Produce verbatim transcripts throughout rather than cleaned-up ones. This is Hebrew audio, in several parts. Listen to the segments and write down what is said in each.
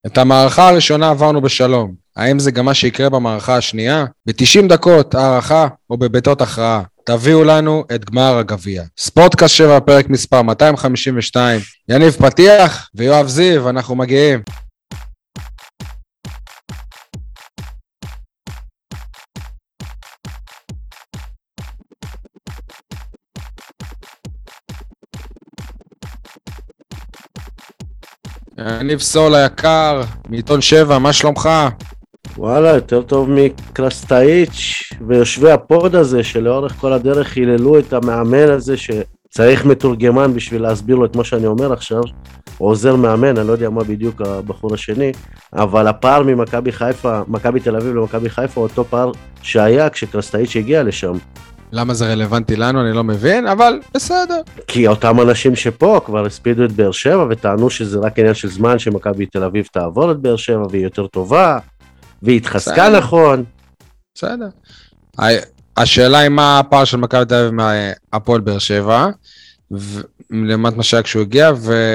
את המערכה הראשונה עברנו בשלום. האם זה גם מה שיקרה במערכה השנייה? ב-תשעים דקות הערכה או בביתות הכרעה. תביאו לנו את גמר הגביע. ספורטקאסט שבע, פרק מספר מאתיים חמישים ושתיים. יניב פתיח ויואב זיו, אנחנו מגיעים. יניב סול היקר, מעיתון שבע, מה שלומך? וואלה, יותר טוב מקרסטאיץ' ויושבי הפוד הזה שלאורך כל הדרך היללו את המאמן הזה שצריך מתורגמן בשביל להסביר לו את מה שאני אומר עכשיו, עוזר מאמן, אני לא יודע מה בדיוק הבחור השני, אבל הפער ממכבי חיפה, מכבי תל אביב למכבי חיפה, אותו פער שהיה כשקרסטאיץ' הגיע לשם. למה זה רלוונטי לנו? אני לא מבין, אבל בסדר. כי אותם אנשים שפה כבר הספידו את באר שבע וטענו שזה רק עניין של זמן שמכבי תל אביב תעבור את באר שבע והיא יותר טובה, והיא התחזקה נכון. בסדר. השאלה היא מה הפער של מכבי תל אביב מהפועל באר שבע, למעט מה שהיה כשהוא הגיע,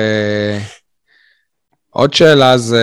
ועוד שאלה זה...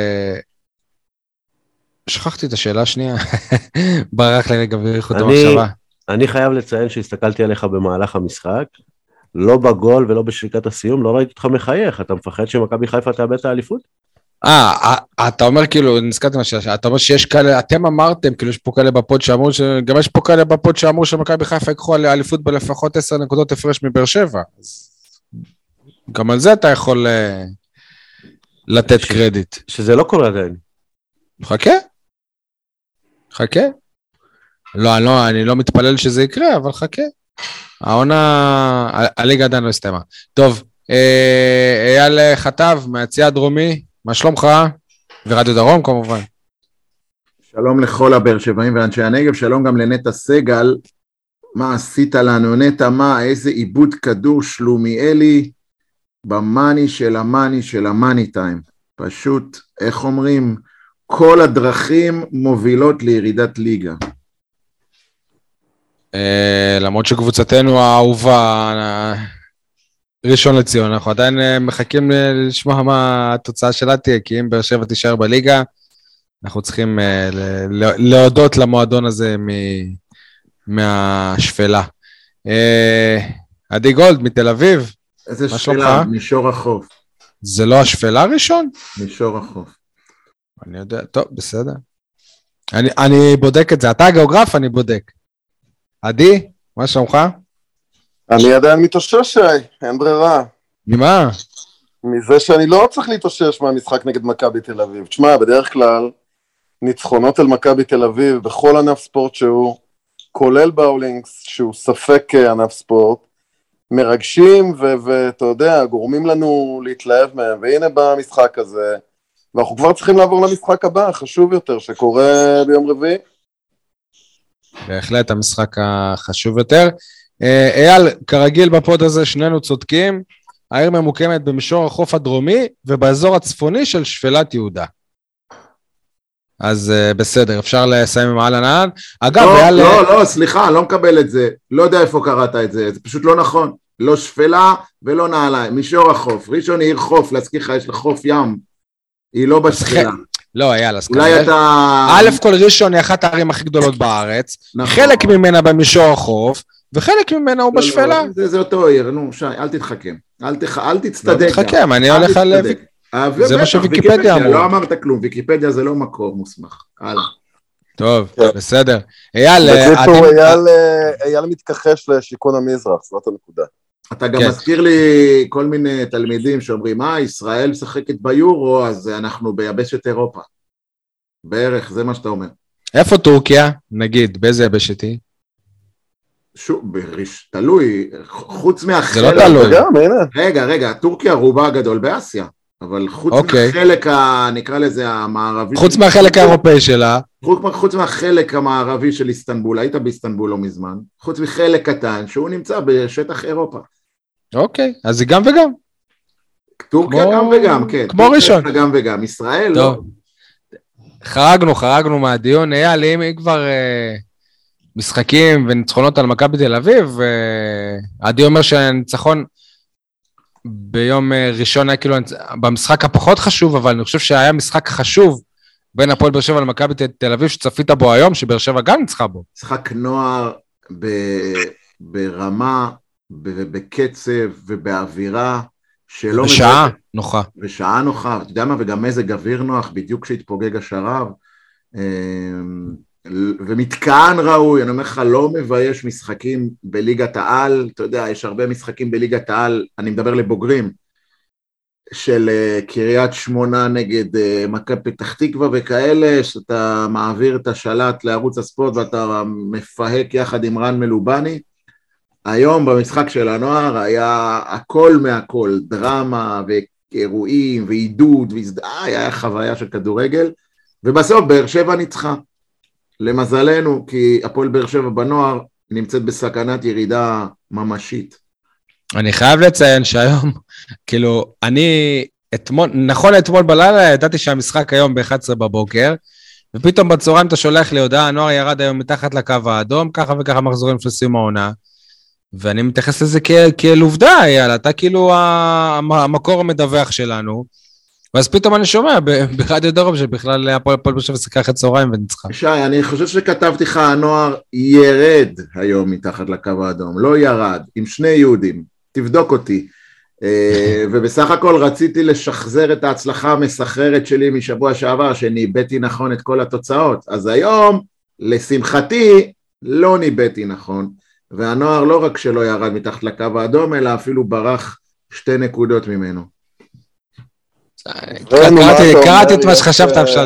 שכחתי את השאלה השנייה, ברח לי רגע בריחות המחשבה. אני חייב לציין שהסתכלתי עליך במהלך המשחק, לא בגול ולא בשריקת הסיום, לא ראיתי אותך מחייך, אתה מפחד שמכבי חיפה תאבד את האליפות? אה, אתה אומר כאילו, נזכרתי מה שאלה, אתה אומר שיש כאלה, אתם אמרתם, כאילו יש פה כאלה בפוד שאמרו, גם יש פה כאלה בפוד שאמרו שמכבי חיפה יקחו על האליפות בלפחות עשר נקודות הפרש מבאר שבע, אז גם על זה אתה יכול לתת קרדיט. שזה לא קורה עדיין. חכה, חכה. לא, אני לא, אני לא מתפלל שזה יקרה, אבל חכה. העונה, הליגה עדיין לא הסתיימה. טוב, אייל חטב, מהציע הדרומי, מה שלומך? ורדיו דרום כמובן. שלום לכל הבאר שבעים ואנשי הנגב, שלום גם לנטע סגל. מה עשית לנו, נטע? מה, איזה עיבוד כדור שלומיאלי במאני של המאני של המאני טיים. פשוט, איך אומרים, כל הדרכים מובילות לירידת ליגה. למרות שקבוצתנו האהובה, ראשון לציון, אנחנו עדיין מחכים לשמוע מה התוצאה שלה תהיה, כי אם באר שבע תישאר בליגה, אנחנו צריכים להודות למועדון הזה מהשפלה. עדי גולד מתל אביב, איזה שפלה? מישור החוף. זה לא השפלה הראשון? מישור החוף. אני יודע, טוב, בסדר. אני, אני בודק את זה, אתה הגיאוגרף, אני בודק. עדי, מה שלומך? אני עדיין מתאושש, אין ברירה. ממה? מזה שאני לא צריך להתאושש מהמשחק נגד מכבי תל אביב. תשמע, בדרך כלל, ניצחונות על מכבי תל אביב, בכל ענף ספורט שהוא, כולל באולינגס, שהוא ספק ענף ספורט, מרגשים ואתה יודע, גורמים לנו להתלהב מהם, והנה במשחק הזה, ואנחנו כבר צריכים לעבור למשחק הבא, חשוב יותר, שקורה ביום רביעי. בהחלט המשחק החשוב יותר. אייל, כרגיל בפוד הזה שנינו צודקים, העיר ממוקמת במישור החוף הדרומי ובאזור הצפוני של שפלת יהודה. אז בסדר, אפשר לסיים עם העל הנען. אגב, לא, אייל... לא, לא, סליחה, לא מקבל את זה. לא יודע איפה קראת את זה, זה פשוט לא נכון. לא שפלה ולא נעליים, מישור החוף. ראשון היא עיר חוף, להזכיר לך, יש לה חוף ים. היא לא בשפלה. לא, אייל, אז אולי אתה... א' כל ראשון היא אחת הערים הכי גדולות בארץ, חלק ממנה במישור החוף, וחלק ממנה הוא בשפלה. זה אותו עיר, נו, שי, אל תתחכם. אל תצטדק. לא תתחכם, אני הולך על... זה מה שוויקיפדיה אמרו. לא אמרת כלום, ויקיפדיה זה לא מקור מוסמך. הלאה. טוב, בסדר. אייל... בקיצור, אייל מתכחש לשיקון המזרח, זאת הנקודה. אתה גם מזכיר לי כל מיני תלמידים שאומרים, אה, ישראל משחקת ביורו, אז אנחנו ביבשת אירופה. בערך, זה מה שאתה אומר. איפה טורקיה? נגיד, באיזה יבשת היא? שוב, בריש, תלוי, חוץ מהחלק... זה לא תלוי. רגע, רגע, טורקיה רובה הגדול באסיה, אבל חוץ מהחלק, נקרא לזה, המערבי... חוץ מהחלק האירופאי שלה. חוץ מהחלק המערבי של איסטנבול, היית באיסטנבול לא מזמן, חוץ מחלק קטן, שהוא נמצא בשטח אירופה. אוקיי, אז זה גם וגם. טורקיה גם וגם, כן. כמו ראשון. גם וגם, ישראל לא. חרגנו, חרגנו מהדיון, אייל, אם כבר משחקים וניצחונות על מכבי תל אביב, עדי אומר שהניצחון, ביום ראשון היה כאילו, במשחק הפחות חשוב, אבל אני חושב שהיה משחק חשוב, בין הפועל באר שבע למכבי תל אביב, שצפית בו היום, שבאר שבע גם ניצחה בו. משחק נוער ברמה, בקצב ובאווירה, שלא... בשעה נוחה. בשעה נוחה, אתה יודע מה, וגם מזג אוויר נוח, בדיוק כשהתפוגג השרב, ומתקען ראוי, אני אומר לך, לא מבייש משחקים בליגת העל, אתה יודע, יש הרבה משחקים בליגת העל, אני מדבר לבוגרים, של קריית שמונה נגד מכבי פתח תקווה וכאלה, שאתה מעביר את השלט לערוץ הספורט, ואתה מפהק יחד עם רן מלובני. היום במשחק של הנוער היה הכל מהכל, דרמה ואירועים ועידוד, היה חוויה של כדורגל, ובסוף באר שבע ניצחה. למזלנו, כי הפועל באר שבע בנוער נמצאת בסכנת ירידה ממשית. אני חייב לציין שהיום, כאילו, אני, אתמול, נכון אתמול בלילה, ידעתי שהמשחק היום ב-אחת עשרה בבוקר, ופתאום בצהריים אתה שולח לי הודעה, הנוער ירד היום מתחת לקו האדום, ככה וככה מחזורים של סיום העונה, ואני מתייחס לזה כאל עובדה, יאללה, אתה כאילו המקור המדווח שלנו, ואז פתאום אני שומע ברדיו דרום שבכלל הפועל באר שבע שיחקה אחרי צהריים וניצחה. שי, אני חושב שכתבתי לך, הנוער ירד היום מתחת לקו האדום, לא ירד, עם שני יהודים, תבדוק אותי, ובסך הכל רציתי לשחזר את ההצלחה המסחררת שלי משבוע שעבר, שניבאתי נכון את כל התוצאות, אז היום, לשמחתי, לא ניבאתי נכון, והנוער לא רק שלא ירד מתחת לקו האדום, אלא אפילו ברח שתי נקודות ממנו. קראתי את מה שחשבת אבשלת.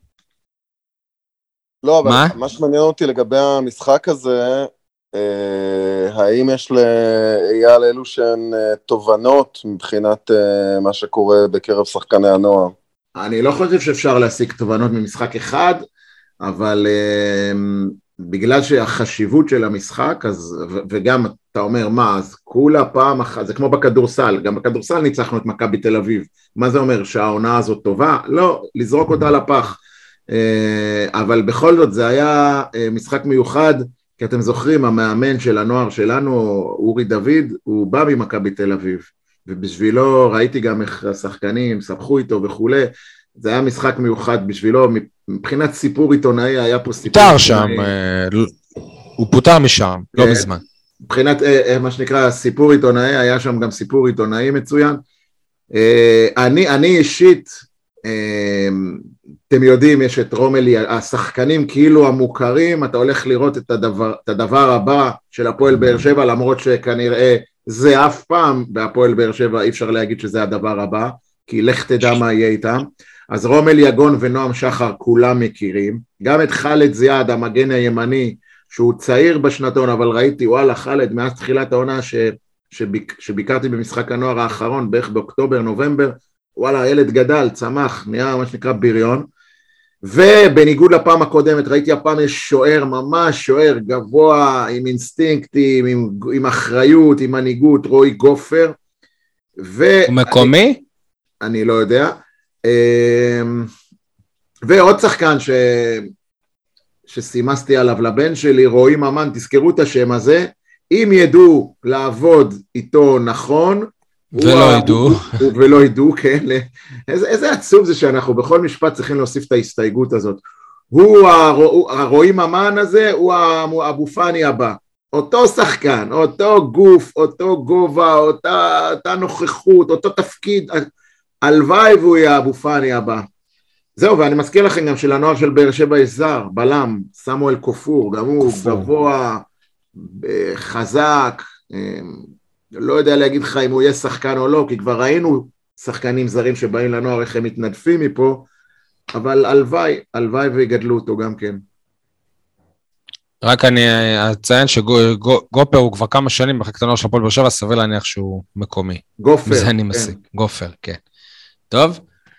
לא, אבל מה שמעניין אותי לגבי המשחק הזה, האם יש לאייל אלו שהן תובנות מבחינת מה שקורה בקרב שחקני הנוער? אני לא חושב שאפשר להסיק תובנות ממשחק אחד, אבל בגלל שהחשיבות של המשחק, וגם אתה אומר מה, אז כולה פעם אחת, זה כמו בכדורסל, גם בכדורסל ניצחנו את מכבי תל אביב, מה זה אומר, שהעונה הזאת טובה? לא, לזרוק אותה לפח, אבל בכל זאת זה היה משחק מיוחד, כי אתם זוכרים, המאמן של הנוער שלנו, אורי דוד, הוא בא ממכבי תל אביב, ובשבילו ראיתי גם איך השחקנים סבחו איתו וכולי, זה היה משחק מיוחד בשבילו, מבחינת סיפור עיתונאי היה פה סיפור פוטר שם, הוא פוטר משם, לא מזמן. מבחינת מה שנקרא סיפור עיתונאי, היה שם גם סיפור עיתונאי מצוין. אני, אני אישית, אתם יודעים, יש את רומלי, השחקנים כאילו המוכרים, אתה הולך לראות את הדבר, את הדבר הבא של הפועל באר שבע, למרות שכנראה זה אף פעם בהפועל באר שבע, אי אפשר להגיד שזה הדבר הבא, כי לך תדע מה יהיה איתם. אז רומל יגון ונועם שחר כולם מכירים, גם את חלד זיאד, המגן הימני, שהוא צעיר בשנתון, אבל ראיתי, וואלה, חלד, מאז תחילת העונה ש, שביק, שביקרתי במשחק הנוער האחרון, בערך באוקטובר, נובמבר, וואלה, הילד גדל, צמח, נהיה מה שנקרא בריון, ובניגוד לפעם הקודמת, ראיתי הפעם יש שוער, ממש שוער גבוה, עם אינסטינקטים, עם, עם אחריות, עם מנהיגות, רועי גופר, ו... הוא מקומי? אני, אני לא יודע, ועוד שחקן ש... שסימסתי עליו לבן שלי, רועי ממן, תזכרו את השם הזה, אם ידעו לעבוד איתו נכון, ולא ידעו. ולא ידעו, כן, איזה, איזה עצוב זה שאנחנו בכל משפט צריכים להוסיף את ההסתייגות הזאת. הוא, הרועי ממן הזה, הוא אבו פאני הבא. אותו שחקן, אותו גוף, אותו גובה, אותה, אותה נוכחות, אותו תפקיד, הלוואי והוא יהיה אבו פאני הבא. זהו, ואני מזכיר לכם גם שלנוער של באר שבע יש זר, בלם, סמואל כופור, גם הוא גבוה, חזק, לא יודע להגיד לך אם הוא יהיה שחקן או לא, כי כבר ראינו שחקנים זרים שבאים לנוער, איך הם מתנדפים מפה, אבל הלוואי, הלוואי ויגדלו אותו גם כן. רק אני אציין שגופר הוא כבר כמה שנים בחקת הנוער של הפועל באר שבע, סביר להניח שהוא מקומי. גופר. מזה אני מסיק, גופר, כן. טוב.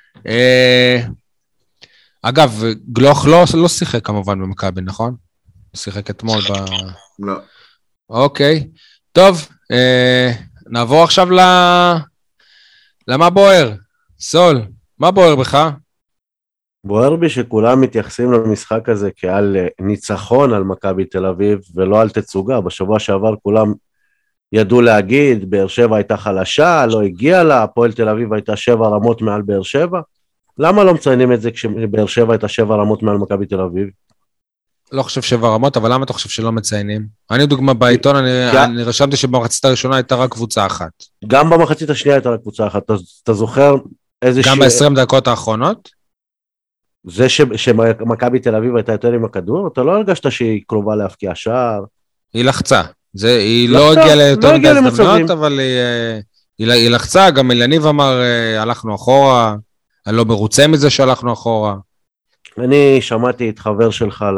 אגב, גלוך לא, לא שיחק כמובן במכבי, נכון? שיחק אתמול ב... לא. אוקיי. טוב, נעבור עכשיו ל... למה בוער? סול, מה בוער בך? בוער בי שכולם מתייחסים למשחק הזה כעל ניצחון על מכבי תל אביב, ולא על תצוגה. בשבוע שעבר כולם ידעו להגיד, באר שבע הייתה חלשה, לא הגיעה לה, הפועל תל אביב הייתה שבע רמות מעל באר שבע. למה לא מציינים את זה כשבאר שבע הייתה שבע רמות מעל מכבי תל אביב? לא חושב שבע רמות, אבל למה אתה חושב שלא מציינים? אני דוגמה בעיתון, אני, אני רשמתי שבמחצית הראשונה הייתה רק קבוצה אחת. גם במחצית השנייה הייתה רק קבוצה אחת, אתה, אתה זוכר איזה גם ש... ב-עשרים דקות האחרונות? זה ש... שמכבי תל אביב הייתה יותר עם הכדור, אתה לא הרגשת שהיא קרובה להפקיע שער? היא לחצה, זה, היא לחצה, לא הגיעה ליותר לא מדי הזדמנות, אבל היא, היא, היא לחצה, גם אלניב אמר, הלכנו אחורה, אני לא מרוצה מזה שהלכנו אחורה. אני שמעתי את חבר שלך ל...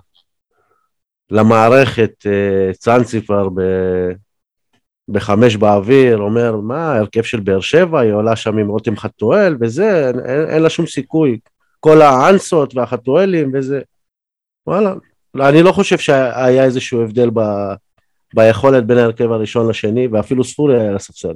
למערכת צאנציפר ב... בחמש באוויר, אומר, מה, הרכב של באר שבע, היא עולה שם עם רותם חתואל, וזה, אין, אין לה שום סיכוי. כל האנסות והחתואלים וזה, וואלה, אני לא חושב שהיה איזשהו הבדל ב... ביכולת בין ההרכב הראשון לשני, ואפילו ספורי היה לספסל.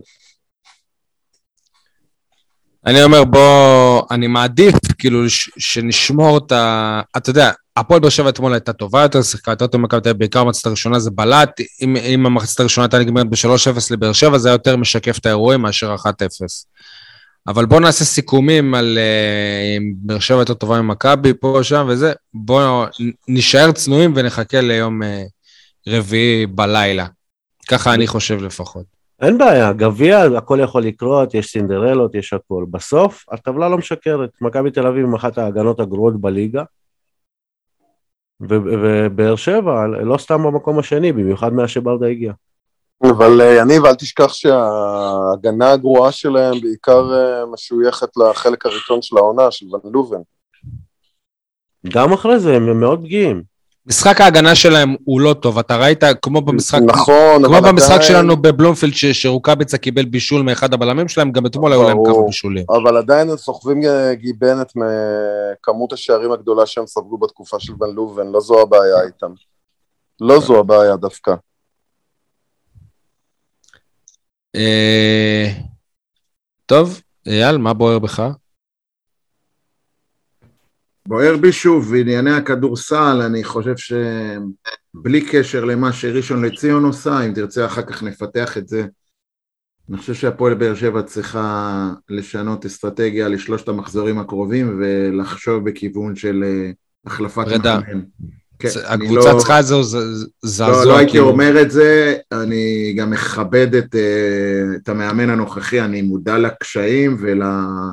אני אומר, בוא, אני מעדיף, כאילו, שנשמור את ה... אתה יודע, הפועל באר שבע אתמול הייתה טובה יותר, שיחקה יותר טוב מכבי תל אביב, בעיקר המחצית הראשונה זה בלט, אם, אם המחצית הראשונה הייתה נגמרת ב-שלוש אפס לבאר שבע, זה היה יותר משקף את האירועים מאשר אחת אפס. אבל בוא נעשה סיכומים על אם באר שבע יותר טובה ממכבי, פה או שם וזה, בוא נשאר צנועים ונחכה ליום רביעי בלילה. ככה אני חושב לפחות. אין בעיה, גביע, הכל יכול לקרות, יש סינדרלות, יש הכל. בסוף, הטבלה לא משקרת. מכבי תל אביב עם אחת ההגנות הגרועות בליגה, ובאר שבע, לא סתם במקום השני, במיוחד מהשברדה הגיע. אבל יניב, אל תשכח שההגנה הגרועה שלהם בעיקר משויכת לחלק הראשון של העונה, של ון לובן. גם אחרי זה, הם מאוד פגיעים. משחק ההגנה שלהם הוא לא טוב, אתה ראית כמו במשחק, נכון, כמו במשחק עדיין... שלנו בבלומפילד שרוקאביצה קיבל בישול מאחד הבלמים שלהם, גם אתמול היו להם כמה בישולים. אבל עדיין הם סוחבים גיבנת מכמות השערים הגדולה שהם ספגו בתקופה של ון לובן, לא זו הבעיה איתם. לא זו הבעיה דווקא. טוב, אייל, מה בוער בך? בוער בי שוב, בענייני הכדורסל, אני חושב שבלי קשר למה שראשון לציון עושה, אם תרצה אחר כך נפתח את זה, אני חושב שהפועל באר שבע צריכה לשנות אסטרטגיה לשלושת המחזורים הקרובים, ולחשוב בכיוון של החלפת מחנן. הקבוצה צריכה את זה, זעזוע. לא הייתי אומר את זה, אני גם מכבד את המאמן הנוכחי, אני מודע לקשיים ול...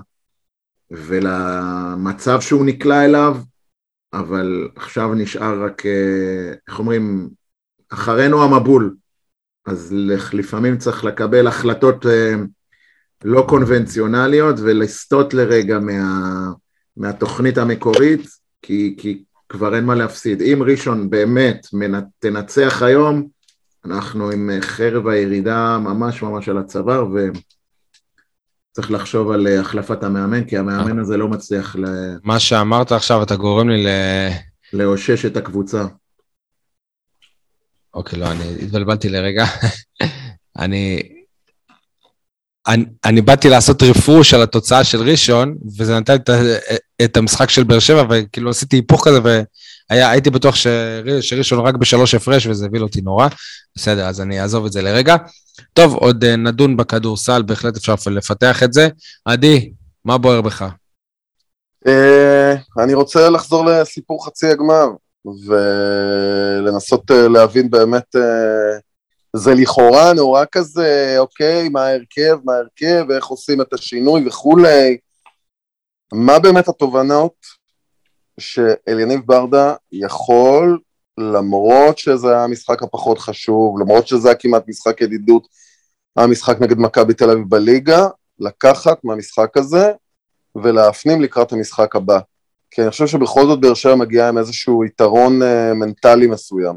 ולמצב שהוא נקלע אליו, אבל עכשיו נשאר רק, איך אומרים, אחרינו המבול, אז לפעמים צריך לקבל החלטות לא קונבנציונליות, ולסטות לרגע מה, מהתוכנית המקורית, כי, כי כבר אין מה להפסיד. אם ראשון באמת תנצח היום, אנחנו עם חרב הירידה ממש ממש על הצוואר, ו... צריך לחשוב על החלפת המאמן, כי המאמן הזה לא מצליח ל... מה שאמרת עכשיו, אתה גורם לי ל... לאושש את הקבוצה. אוקיי, לא, אני התבלבלתי לרגע. אני... אני, אני באתי לעשות רפרוש על התוצאה של ראשון, וזה נתן את, את המשחק של באר שבע, וכאילו עשיתי היפוך כזה, והייתי בטוח ש, שראשון רק בשלוש הפרש, וזה הביא אותי נורא. בסדר, אז אני אעזוב את זה לרגע. טוב, עוד נדון בכדורסל, בהחלט אפשר לפתח את זה. עדי, מה בוער בך? אני רוצה לחזור לסיפור חצי הגמר, ולנסות להבין באמת, זה לכאורה נורא כזה, אוקיי, מה ההרכב, מה ההרכב, ואיך עושים את השינוי וכולי. מה באמת התובנות שאליניב ברדה יכול, למרות שזה היה המשחק הפחות חשוב, למרות שזה היה כמעט משחק ידידות, המשחק נגד מכבי תל אביב בליגה, לקחת מהמשחק הזה, ולהפנים לקראת המשחק הבא. כי אני חושב שבכל זאת באר שבע מגיעה עם איזשהו יתרון uh, מנטלי מסוים.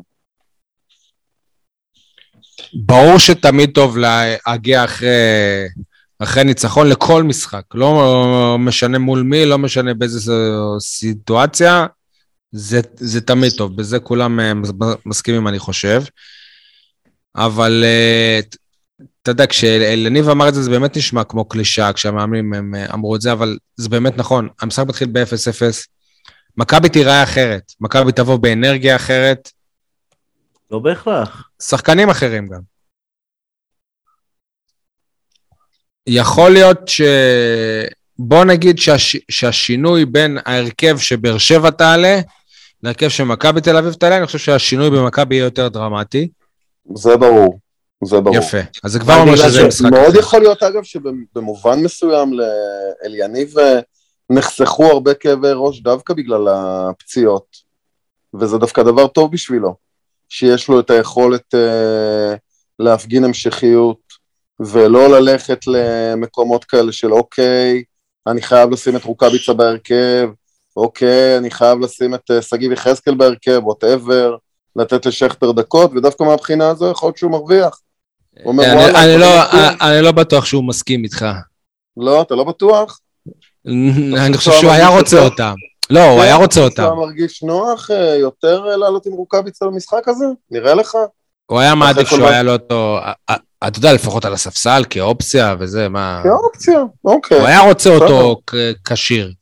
ברור שתמיד טוב להגיע אחרי, אחרי ניצחון לכל משחק, לא משנה מול מי, לא משנה באיזו סיטואציה, זה, זה תמיד טוב, בזה כולם מסכימים אני חושב, אבל אתה יודע, כשאלניב אמר את זה, זה באמת נשמע כמו קלישה, כשהמאמנים הם אמרו את זה, אבל זה באמת נכון, המשחק מתחיל ב-אפס אפס, מכבי תיראה אחרת, מכבי תבוא באנרגיה אחרת, לא בהכרח. שחקנים אחרים גם. יכול להיות ש... בוא נגיד שהש... שהשינוי בין ההרכב שבאר שבע תעלה, להרכב שמכבי תל אביב תעלה, אני חושב שהשינוי במכבי יהיה יותר דרמטי. זה ברור, זה ברור. יפה, אז זה כבר אומר שזה משחק. מאוד יכול להיות אגב שבמובן מסוים לאליניב נחסכו הרבה כאבי ראש דווקא בגלל הפציעות, וזה דווקא דבר טוב בשבילו, שיש לו את היכולת אה, להפגין המשכיות, ולא ללכת למקומות כאלה של אוקיי, אני חייב לשים את רוקביצה בהרכב, אוקיי, אני חייב לשים את סגיב יחזקאל בהרכב, whatever, לתת לשכתר דקות, ודווקא מהבחינה הזו יכול להיות שהוא מרוויח. אני לא בטוח שהוא מסכים איתך. לא, אתה לא בטוח? אני חושב שהוא היה רוצה אותם. לא, הוא היה רוצה אותם. אתה מרגיש נוח יותר לעלות עם רוקביצה למשחק הזה? נראה לך? הוא היה מעדיף שהוא היה לו אותו, אתה יודע, לפחות על הספסל, כאופציה וזה, מה... כאופציה, אוקיי. הוא היה רוצה אותו כשיר.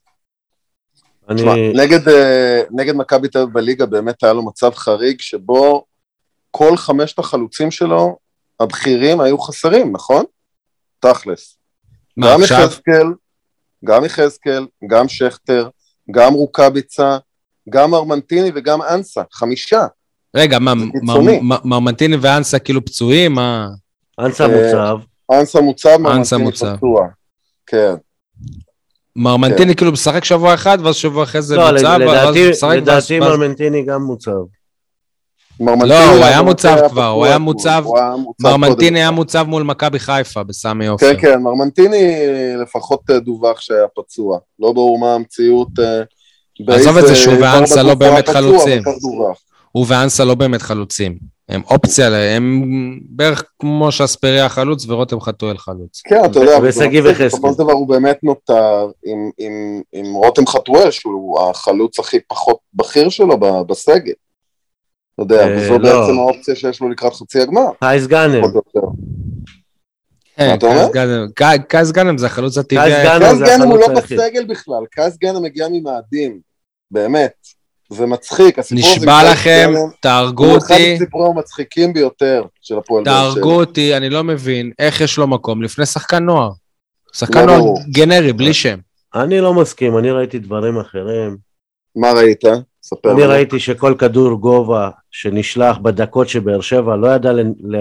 נגד מכבי תל אביב בליגה באמת היה לו מצב חריג, שבו כל חמשת החלוצים שלו, הבכירים היו חסרים, נכון? תכלס. גם יחזקאל, גם יחזקאל, גם שכתר, גם רוקביצה, גם ארמנטיני וגם אנסה, חמישה. רגע, מרמנטיני ואנסה כאילו פצועים? אנסה מוצב. אנסה מוצב, מרמנטיני פצוע. כן. מרמנטיני כאילו משחק שבוע אחד, ואז שבוע אחרי זה מוצב. לא, לדעתי מרמנטיני גם מוצב. לא, הוא היה מוצב כבר, הוא היה מוצב, מרמנטיני היה מוצב מול מכבי חיפה בסמי עופר. כן, כן, מרמנטיני לפחות דווח שהיה פצוע. לא ברור מה המציאות. עזוב את זה שהוא ואנסה לא באמת חלוצים. הוא ואנסה לא באמת חלוצים. הם אופציה, הם בערך כמו שאספריה חלוץ ורותם חתואל חלוץ. כן, אתה יודע, בסופו של דבר הוא באמת נותר עם רותם חתואל, שהוא החלוץ הכי פחות בכיר שלו בסגל. אתה יודע, וזו בעצם האופציה שיש לו לקראת חצי הגמר. קייס גאנם. מה אתה אומר? קייס גאנם זה החלוץ הטבעי. קייס גאנם הוא לא בסגל בכלל, קייס גאנם מגיע ממאדים, באמת. זה מצחיק, נשבע לכם, תהרגו אותי. הוא אחד הסיפורים המצחיקים ביותר של הפועל באר שבע. תהרגו אותי, אני לא מבין איך יש לו מקום לפני שחקן נוער. שחקן נוער גנרי, בלי שם. אני לא מסכים, אני ראיתי דברים אחרים. מה ראית? ספר. אני ראיתי שכל כדור גובה שנשלח בדקות שבאר שבע לא ידע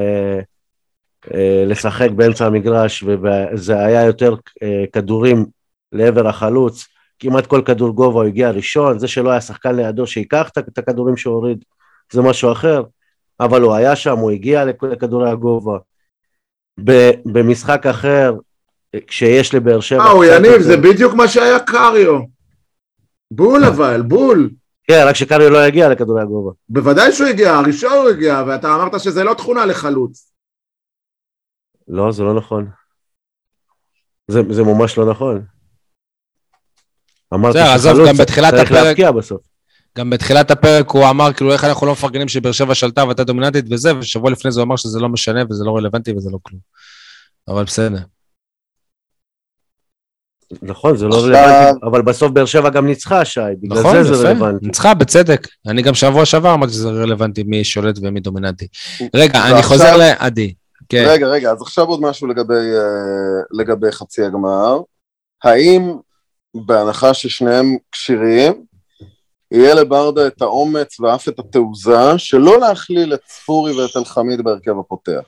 לשחק באמצע המגרש, וזה היה יותר כדורים לעבר החלוץ. כמעט כל כדור גובה הוא הגיע ראשון, זה שלא היה שחקן לידו שיקח את הכדורים שהוריד, זה משהו אחר, אבל הוא היה שם, הוא הגיע לכדורי הגובה. במשחק אחר, כשיש לבאר שבע... אה, הוא יניב, זה בדיוק מה שהיה קריו. בול אבל, בול. כן, רק שקריו לא הגיע לכדורי הגובה. בוודאי שהוא הגיע, הראשון הוא הגיע, ואתה אמרת שזה לא תכונה לחלוץ. לא, זה לא נכון. זה, זה ממש לא נכון. אמרתי שחלוץ צריך להפקיע בסוף. גם בתחילת הפרק הוא אמר, כאילו, איך אנחנו לא מפרגנים שבאר שבע שלטה ואתה דומיננטית וזה, ושבוע לפני זה הוא אמר שזה לא משנה וזה לא רלוונטי וזה לא כלום. אבל בסדר. נכון, זה לא רלוונטי, אבל בסוף באר שבע גם ניצחה, שי, בגלל זה זה רלוונטי. ניצחה, בצדק. אני גם שבוע שעבר אמרתי שזה רלוונטי, מי שולט ומי דומיננטי. רגע, אני חוזר לעדי. רגע, רגע, אז עכשיו עוד משהו לגבי חצי הגמר. האם בהנחה ששניהם קשירים, יהיה לברדה את האומץ ואף את התעוזה, שלא להכליל את ספורי ואת אלחמיד בהרכב הפותח?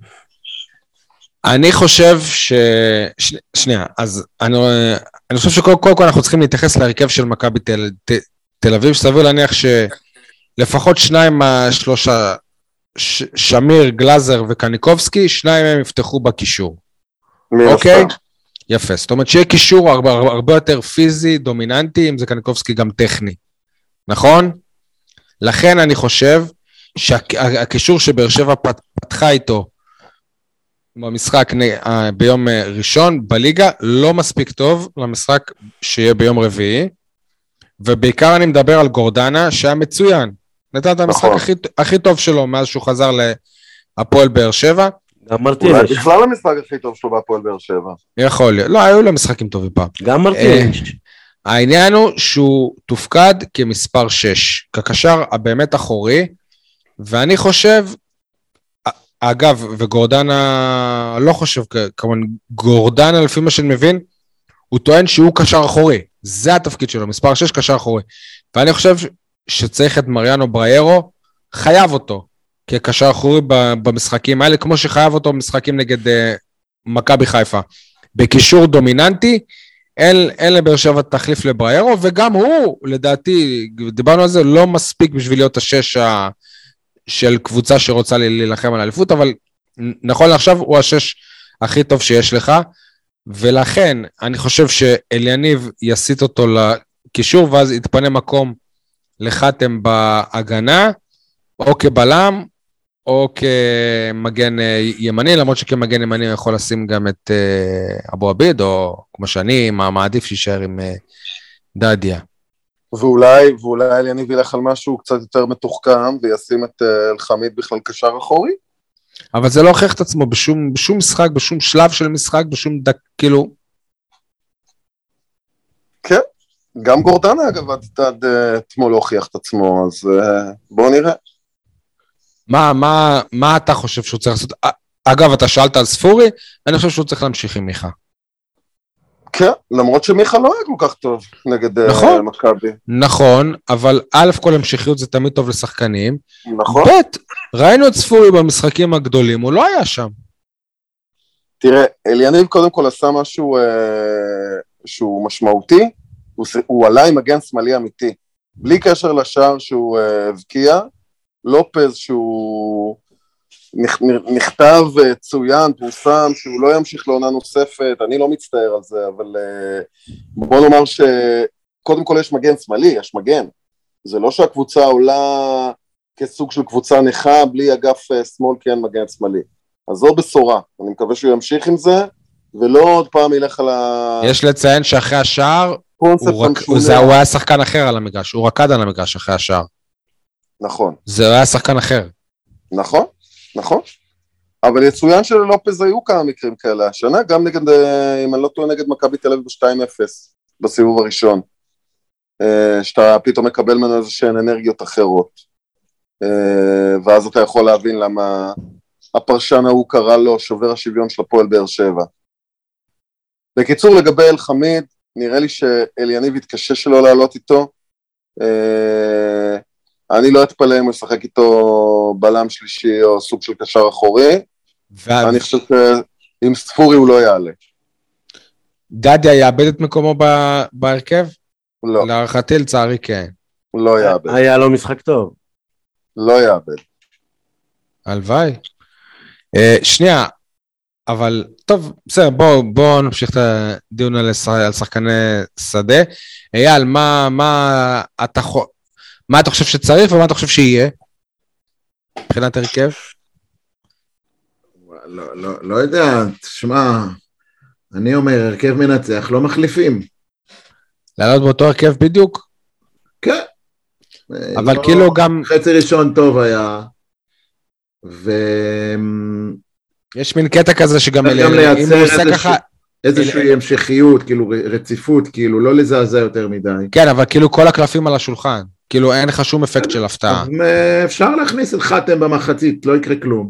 אני חושב ש... ש... שנייה, אז אני, אני חושב שקודם כל אנחנו צריכים להתייחס להרכב של מכבי תל... ת... תל אביב, שסביר להניח שלפחות שניים מהשלושה, ש... שמיר, גלזר וקניקובסקי, שניים מהם יפתחו בקישור. אוקיי? יפה, זאת אומרת שיהיה קישור הרבה, הרבה יותר פיזי, דומיננטי, אם זה קניקובסקי גם טכני. נכון? לכן אני חושב שהקישור שבאר שבע פתחה איתו במשחק ביום ראשון בליגה לא מספיק טוב למשחק שיהיה ביום רביעי, ובעיקר אני מדבר על גורדנה שהיה מצוין, נתן את המשחק הכי, הכי טוב שלו מאז שהוא חזר להפועל באר שבע. גם מרטינש. אולי בכלל המשחק הכי טוב שלו בהפועל באר שבע. יכול להיות, לא, היו לו משחקים טובים פעם. גם מרטינש. העניין הוא שהוא תופקד כמספר שש, כקשר הבאמת אחורי, ואני חושב, אגב, וגורדנה, לא חושב, כמובן, גורדנה, לפי מה שאני מבין, הוא טוען שהוא קשר אחורי. זה התפקיד שלו, מספר שש קשר אחורי. ואני חושב שצריך את מריאנו בריירו, חייב אותו, כקשר אחורי במשחקים האלה, כמו שחייב אותו במשחקים נגד מכבי חיפה. בקישור דומיננטי, אין, אין לבאר שבע תחליף לבריירו, וגם הוא, לדעתי, דיברנו על זה, לא מספיק בשביל להיות השש ה... של קבוצה שרוצה להילחם על האליפות, אבל נכון לעכשיו הוא השש הכי טוב שיש לך, ולכן אני חושב שאליניב יסיט אותו לקישור, ואז יתפנה מקום לחתם בהגנה, או כבלם, או כמגן ימני, למרות שכמגן ימני יכול לשים גם את אבו עביד, או כמו שאני, מעדיף שישאר עם דדיה. ואולי, ואולי אליניב ילך על משהו קצת יותר מתוחכם, וישים את אלחמיד בכלל קשר אחורי? אבל זה לא הוכיח את עצמו בשום, בשום משחק, בשום שלב של משחק, בשום דק, כאילו... כן, גם גורדנה אגב, עד אתמול הוכיח את עצמו, אז בואו נראה. מה, מה, מה אתה חושב שהוא צריך לעשות? אגב, אתה שאלת על ספורי, אני חושב שהוא צריך להמשיך עם מיכה. כן, למרות שמיכה לא היה כל כך טוב נגד נכון, מכבי. נכון, אבל א' כל המשכיות זה תמיד טוב לשחקנים. נכון. ב' ראינו את ספורי במשחקים הגדולים, הוא לא היה שם. תראה, אליניב קודם כל עשה משהו אה, שהוא משמעותי, הוא, הוא עלה עם מגן שמאלי אמיתי, בלי קשר לשער שהוא אה, הבקיע, לופז שהוא נכתב צוין, פורסם, שהוא לא ימשיך לעונה נוספת, אני לא מצטער על זה, אבל בוא נאמר שקודם כל יש מגן שמאלי, יש מגן, זה לא שהקבוצה עולה כסוג של קבוצה נכה, בלי אגף שמאל כי אין מגן שמאלי, אז זו בשורה, אני מקווה שהוא ימשיך עם זה, ולא עוד פעם ילך על ה... יש לציין שאחרי השער, הוא, רק... הוא, זה... הוא היה שחקן אחר על המגרש, הוא רקד על המגרש אחרי השער. נכון. זה היה שחקן אחר. נכון, נכון. אבל יצוין שללופז היו כמה מקרים כאלה השנה, גם נגד, אם אני לא טועה, נגד מכבי תל אביב ב-שתיים אפס, בסיבוב הראשון. שאתה פתאום מקבל ממנו איזה שהן אנרגיות אחרות. ואז אתה יכול להבין למה הפרשן ההוא קרא לו שובר השוויון של הפועל באר שבע. בקיצור, לגבי אלחמיד, נראה לי שאליניב יתקשה שלא לעלות איתו. אני לא אתפלא אם הוא ישחק איתו בלם שלישי או סוג של קשר אחורי. אני חושב שעם ספורי הוא לא יעלה. דדיה יאבד את מקומו בהרכב? לא. להערכתי לצערי כן. לא יאבד. היה לו משחק טוב. לא יאבד. הלוואי. שנייה, אבל טוב, בסדר, בואו בוא נמשיך את הדיון על שחקני שדה. אייל, מה, מה אתה חושב? מה אתה חושב שצריך ומה אתה חושב שיהיה? מבחינת הרכב? לא, לא, לא יודע, תשמע, אני אומר, הרכב מנצח, לא מחליפים. לעלות באותו הרכב בדיוק? כן. אבל לא, כאילו גם... חצי ראשון טוב היה, ו... יש מין קטע כזה שגם... גם לייצר איזשהו... איזושהי המשכיות, כאילו רציפות, כאילו לא לזעזע יותר מדי. כן, אבל כאילו כל הקלפים על השולחן. כאילו אין לך שום אפקט של הפתעה. אפשר להכניס את חתם במחצית, לא יקרה כלום.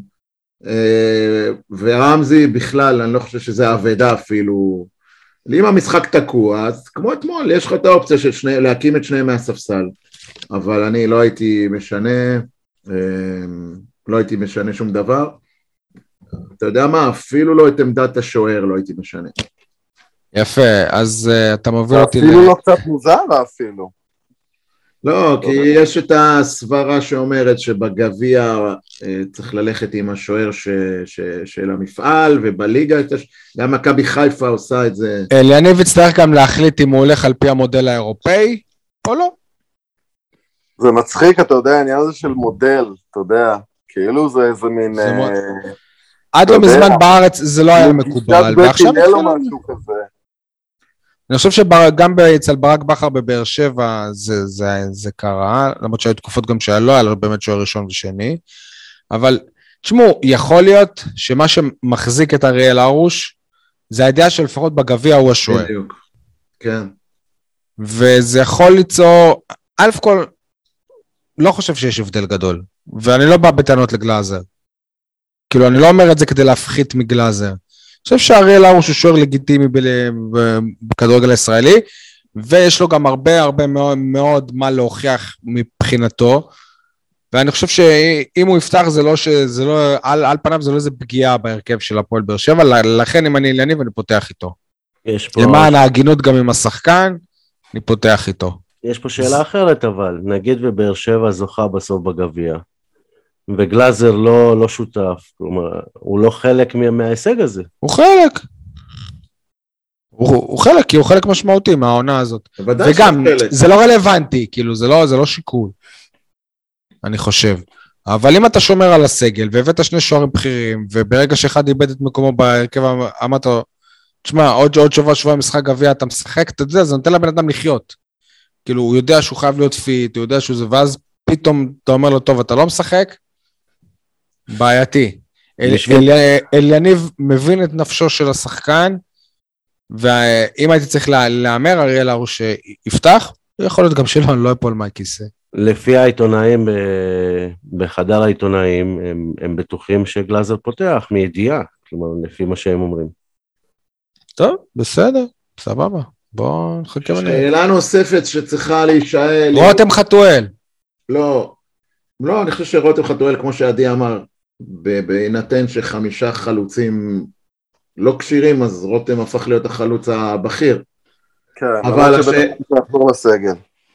ורמזי בכלל, אני לא חושב שזה עבדה אפילו. אם המשחק תקוע, אז כמו אתמול, יש לך את האופציה של שני, להקים את שניהם מהספסל. אבל אני לא הייתי משנה, לא הייתי משנה שום דבר. אתה יודע מה, אפילו לא את עמדת השוער לא הייתי משנה. יפה, אז אתה מוביל אותי... אפילו לא קצת מוזר אפילו. לא, כי יש את הסברה שאומרת שבגביע צריך ללכת עם השוער של המפעל, ובליגה גם מכבי חיפה עושה את זה. אליניב יצטרך גם להחליט אם הוא הולך על פי המודל האירופאי, או לא. זה מצחיק, אתה יודע, העניין הזה של מודל, אתה יודע, כאילו זה איזה מין... עד לא מזמן בארץ זה לא היה מקובל, ועכשיו... אני חושב שגם אצל ברק בכר בבאר שבע זה, זה, זה קרה, למרות שהיו תקופות גם שהיה לא, היה באמת שוער ראשון ושני, אבל תשמעו, יכול להיות שמה שמחזיק את אריאל הרוש, זה הידיעה שלפחות בגביע הוא השוער. בדיוק, כן. וזה יכול ליצור, א' כל, לא חושב שיש הבדל גדול, ואני לא בא בטענות לגלאזר. כאילו, אני לא אומר את זה כדי להפחית מגלאזר. אני חושב שאריאל הרוש הוא שוער לגיטימי בכדורגל הישראלי, ויש לו גם הרבה הרבה מאוד, מאוד מה להוכיח מבחינתו, ואני חושב שאם הוא יפתח זה לא, שזה לא, על, על פניו זה לא איזה פגיעה בהרכב של הפועל באר שבע, לכן אם אני אליניב אני פותח איתו. פה... למען ההגינות גם עם השחקן, אני פותח איתו. יש פה שאלה אחרת אבל, נגיד ובאר שבע זוכה בסוף בגביע, וגלאזר לא, לא שותף, כלומר, הוא לא חלק מההישג הזה. הוא חלק. הוא, הוא חלק, כי הוא חלק משמעותי מהעונה הזאת. וגם, זה לא רלוונטי, כאילו, זה לא, זה לא שיקול. אני חושב. אבל אם אתה שומר על הסגל, והבאת שני שוערים בכירים, וברגע שאחד איבד את מקומו בהרכב, אמרת, תשמע, עוד, עוד שבוע שבוע משחק גביע, אתה משחק את זה, זה נותן לבן אדם לחיות. כאילו, הוא יודע שהוא חייב להיות פיט, הוא יודע שהוא זה, ואז פתאום אתה אומר לו, טוב, אתה לא משחק? בעייתי. בשביל... אל, אליניב מבין את נפשו של השחקן, ואם הייתי צריך לאמר, אריאל הרוש יפתח, יכול להיות גם שלא, אני לא אפול מהכיסא. לפי העיתונאים, בחדר העיתונאים, הם, הם בטוחים שגלאזר פותח מידיעה, כלומר, לפי מה שהם אומרים. טוב, בסדר, סבבה. בואו נחכה ונראה. שאלה נוספת שצריכה להישאל. רותם חתואל. לא, לא, אני חושב שרותם חתואל, כמו שעדי אמר, בהינתן שחמישה חלוצים לא קשירים, אז רותם הפך להיות החלוץ הבכיר. כן, אבל שבטח לחזור לסגל.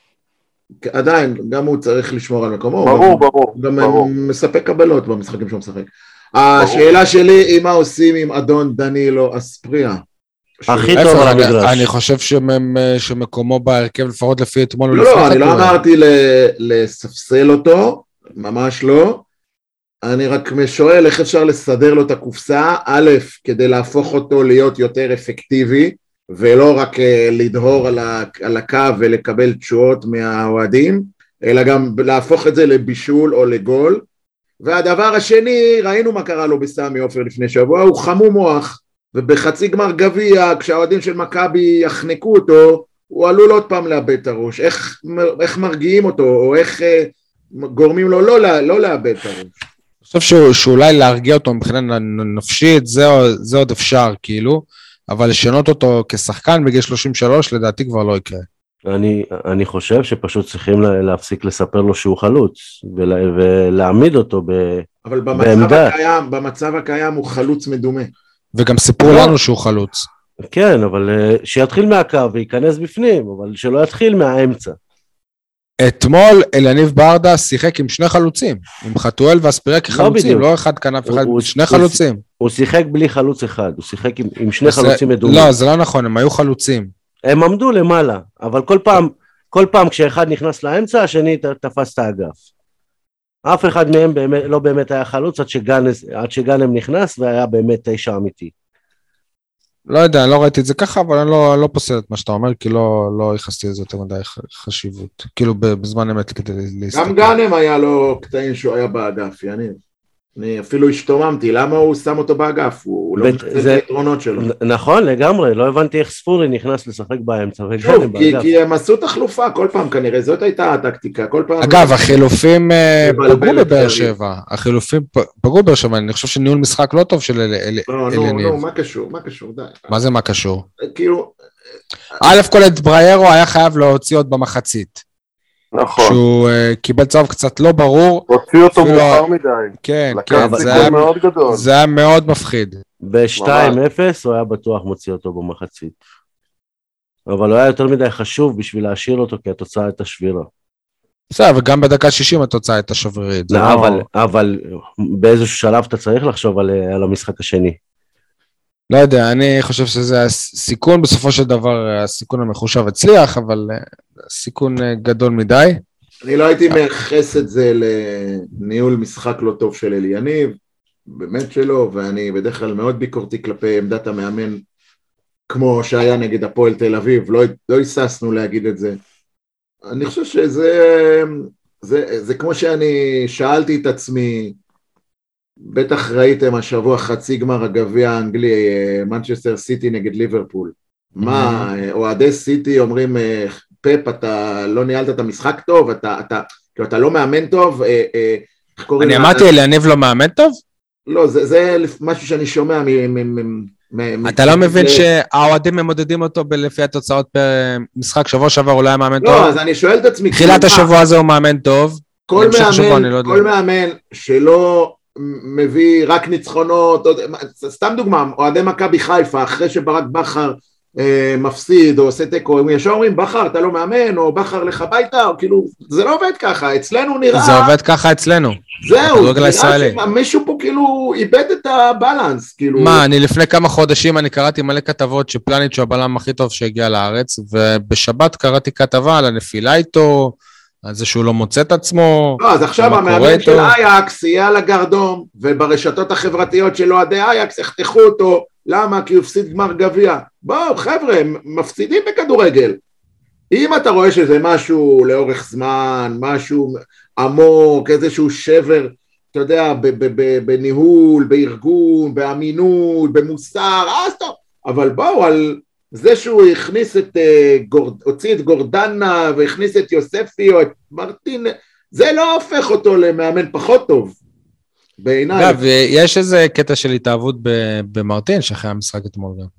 עדיין, גם הוא צריך לשמור על מקומו. ברור, ברור. גם מספק קבלות במשחקים שהוא משחק. השאלה שלי היא מה עושים עם אדון דנילו אספריה. הכי טוב על המגרש. אני חושב שמקומו בהרכב, לפחות לפי אתמול. לא, אני לא אמרתי לספסל אותו, ממש לא. אני רק שואל איך אפשר לסדר לו את הקופסה, א', כדי להפוך אותו להיות יותר אפקטיבי, ולא רק לדהור על הקו ולקבל תשואות מהאוהדים, אלא גם להפוך את זה לבישול או לגול. והדבר השני, ראינו מה קרה לו בסמי עופר לפני שבוע, הוא חמום מוח, ובחצי גמר גביע, כשהאוהדים של מכבי יחנקו אותו, הוא עלול עוד פעם לאבד את הראש. איך, איך מרגיעים אותו, או איך גורמים לו לא, לא לאבד את הראש. אני חושב שאולי להרגיע אותו מבחינה נפשית, זה, זה עוד אפשר, כאילו, אבל לשנות אותו כשחקן בגיל שלושים ושלוש, לדעתי כבר לא יקרה. אני, אני חושב שפשוט צריכים להפסיק לספר לו שהוא חלוץ, ולה, ולהעמיד אותו ב, אבל במצב בעמדה. הקיים, במצב הקיים הוא חלוץ מדומה. וגם סיפרו לנו שהוא חלוץ. כן, אבל שיתחיל מהקו וייכנס בפנים, אבל שלא יתחיל מהאמצע. אתמול אליניב ברדה שיחק עם שני חלוצים, עם חתואל ואספריה כחלוצים, לא אחד כנף אחד, שני חלוצים. הוא שיחק בלי חלוץ אחד, הוא שיחק עם, עם שני חלוצים מדומים. לא, זה לא נכון, הם היו חלוצים. הם עמדו למעלה, אבל כל פעם, כל פעם כשאחד נכנס לאמצע, השני תפס את האגף. אף אחד מהם באמת, לא באמת היה חלוץ, עד שגן, עד שגנם נכנס, והיה באמת תשע אמיתי. לא יודע, אני לא ראיתי את זה ככה, אבל אני לא, לא פוסל את מה שאתה אומר, כי לא, לא ייחסתי לזה יותר מדי חשיבות. כאילו בזמן אמת כדי להסתכל. גם גנם היה לו קטעים שהוא היה באגף, יניב. אני אפילו השתוממתי, למה הוא שם אותו באגף? הוא לא מתחזק את היתרונות שלו. נכון, לגמרי, לא הבנתי איך ספורי נכנס לשחק באמצע, שוב, כי הם עשו תחלופה כל פעם, כנראה זאת הייתה הטקטיקה, כל פעם... אגב, החילופים פגעו בבאר שבע, החילופים פגעו בבאר שבע, אני חושב שניהול משחק לא טוב של אליניב. לא, לא, לא, מה קשור, מה קשור, די. מה זה מה קשור? כאילו... א' כל את בריירו היה חייב להוציא עוד במחצית. נכון. שהוא uh, קיבל צהוב קצת לא ברור. הוציא אותו מאוחר מדי. כן, כן, זה היה מאוד גדול. זה היה מאוד מפחיד. ב-שתיים אפס הוא היה בטוח מוציא אותו במחצית. אבל הוא היה יותר מדי חשוב בשביל להשאיר אותו, כי התוצאה הייתה שבירה. בסדר, וגם בדקה שישים התוצאה הייתה שברירית. לא, אבל, אבל באיזשהו שלב אתה צריך לחשוב על, על המשחק השני. לא יודע, אני חושב שזה הסיכון, בסופו של דבר הסיכון המחושב הצליח, אבל סיכון גדול מדי. אני לא הייתי מייחס את זה לניהול משחק לא טוב של אליניב, באמת שלא, ואני בדרך כלל מאוד ביקורתי כלפי עמדת המאמן, כמו שהיה נגד הפועל תל אביב, לא, לא היססנו להגיד את זה. אני חושב שזה, זה, זה כמו שאני שאלתי את עצמי, בטח ראיתם השבוע חצי גמר הגביע האנגלי, מנצ'סטר סיטי נגד ליברפול. מה, אוהדי סיטי אומרים, פפ, אתה לא ניהלת את המשחק טוב, אתה, אתה, אתה לא מאמן טוב. אני אמרתי, אליניב לא מאמן טוב? לא, זה, זה משהו שאני שומע מ... מ, מ, מ אתה לא מבין שהאוהדים ממודדים אותו לפי התוצאות במשחק שבוע שעבר, אולי מאמן טוב? לא, אז אני שואל את עצמי... תחילת השבוע הזה הוא מאמן טוב. כל מאמן, כל מאמן שלא מביא רק ניצחונות, סתם דוגמה, אוהדי מכבי חיפה, אחרי שברק בכר מפסיד או עושה תיקו, הם ישר אומרים, בכר אתה לא מאמן, או בכר לך הביתה, או כאילו, זה לא עובד ככה, אצלנו נראה... זה עובד ככה אצלנו. זהו, נראה שמישהו פה כאילו איבד את הבלנס, כאילו... מה, אני לפני כמה חודשים אני קראתי מלא כתבות שפלניץ' הוא הבלם הכי טוב שהגיע לארץ, ובשבת קראתי כתבה על הנפילה איתו, על זה שהוא לא מוצא את עצמו. לא, אז עכשיו המאמן של אייקס יהיה על הגרדום, וברשתות החברתיות של אוהדי אייקס יחתכו אותו, למה? כי הוא הפסיד גמר גביע. בואו, חבר'ה, הם מפסידים בכדורגל. אם אתה רואה שזה משהו לאורך זמן, משהו עמוק, איזשהו שבר, אתה יודע, בניהול, בארגון, באמינות, במוסר, אז טוב. אבל בואו, על זה שהוא הכניס את, הוציא את גורדנה, והכניס את יוספי או את מרטין, זה לא הופך אותו למאמן פחות טוב. בעיניי. אגב, יש איזה קטע של התאהבות במרטין, שאחרי המשחק אתמול גם.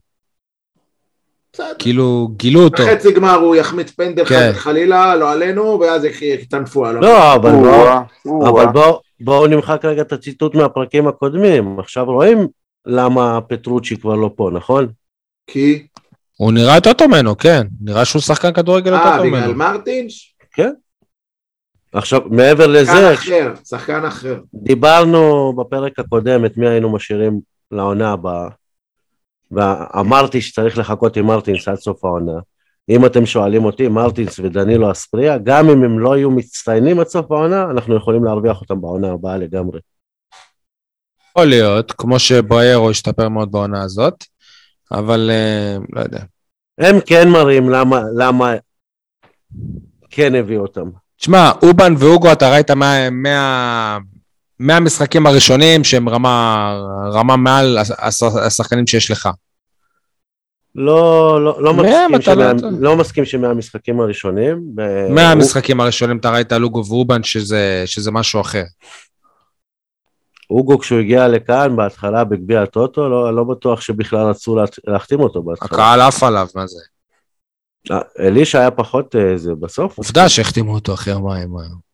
כאילו, גילו אותו. בחצי גמר הוא יחמיץ פנדל חלילה, לא עלינו, ואז יתנפו עליו. לא, אבל בואו נמחק רגע את הציטוט מהפרקים הקודמים. עכשיו רואים למה פטרוצ'י כבר לא פה, נכון? כי? הוא נראה יותר טוב ממנו, כן. נראה שהוא שחקן כדורגל יותר טוב ממנו. אה, בגלל מרטינש? כן. עכשיו, מעבר לזה... שחקן אחר, שחקן אחר. דיברנו בפרק הקודם את מי היינו משאירים לעונה הבאה, ואמרתי שצריך לחכות עם מרטינס עד סוף העונה. אם אתם שואלים אותי, מרטינס ודנילו אספריה, גם אם הם לא יהיו מצטיינים עד סוף העונה, אנחנו יכולים להרוויח אותם בעונה הבאה לגמרי. יכול להיות, כמו שבוירו השתפר מאוד בעונה הזאת, אבל לא יודע. הם כן מראים למה, למה כן הביאו אותם. תשמע, אובן ואוגו, אתה ראית מה, מה, מהמשחקים הראשונים שהם רמה, רמה מעל השחקנים שיש לך. לא, לא, לא מסכים שמה, לא מסכים שמהמשחקים הראשונים. מהמשחקים הראשונים אתה ראית על אוגו ואובן שזה, שזה משהו אחר. אוגו כשהוא הגיע לכאן בהתחלה בגביע הטוטו, לא, לא בטוח שבכלל רצו להחתים אותו בהתחלה. הקהל עף עליו, מה זה? אליש היה פחות זה בסוף. עובדה שהחתימו אותו אחרי מים.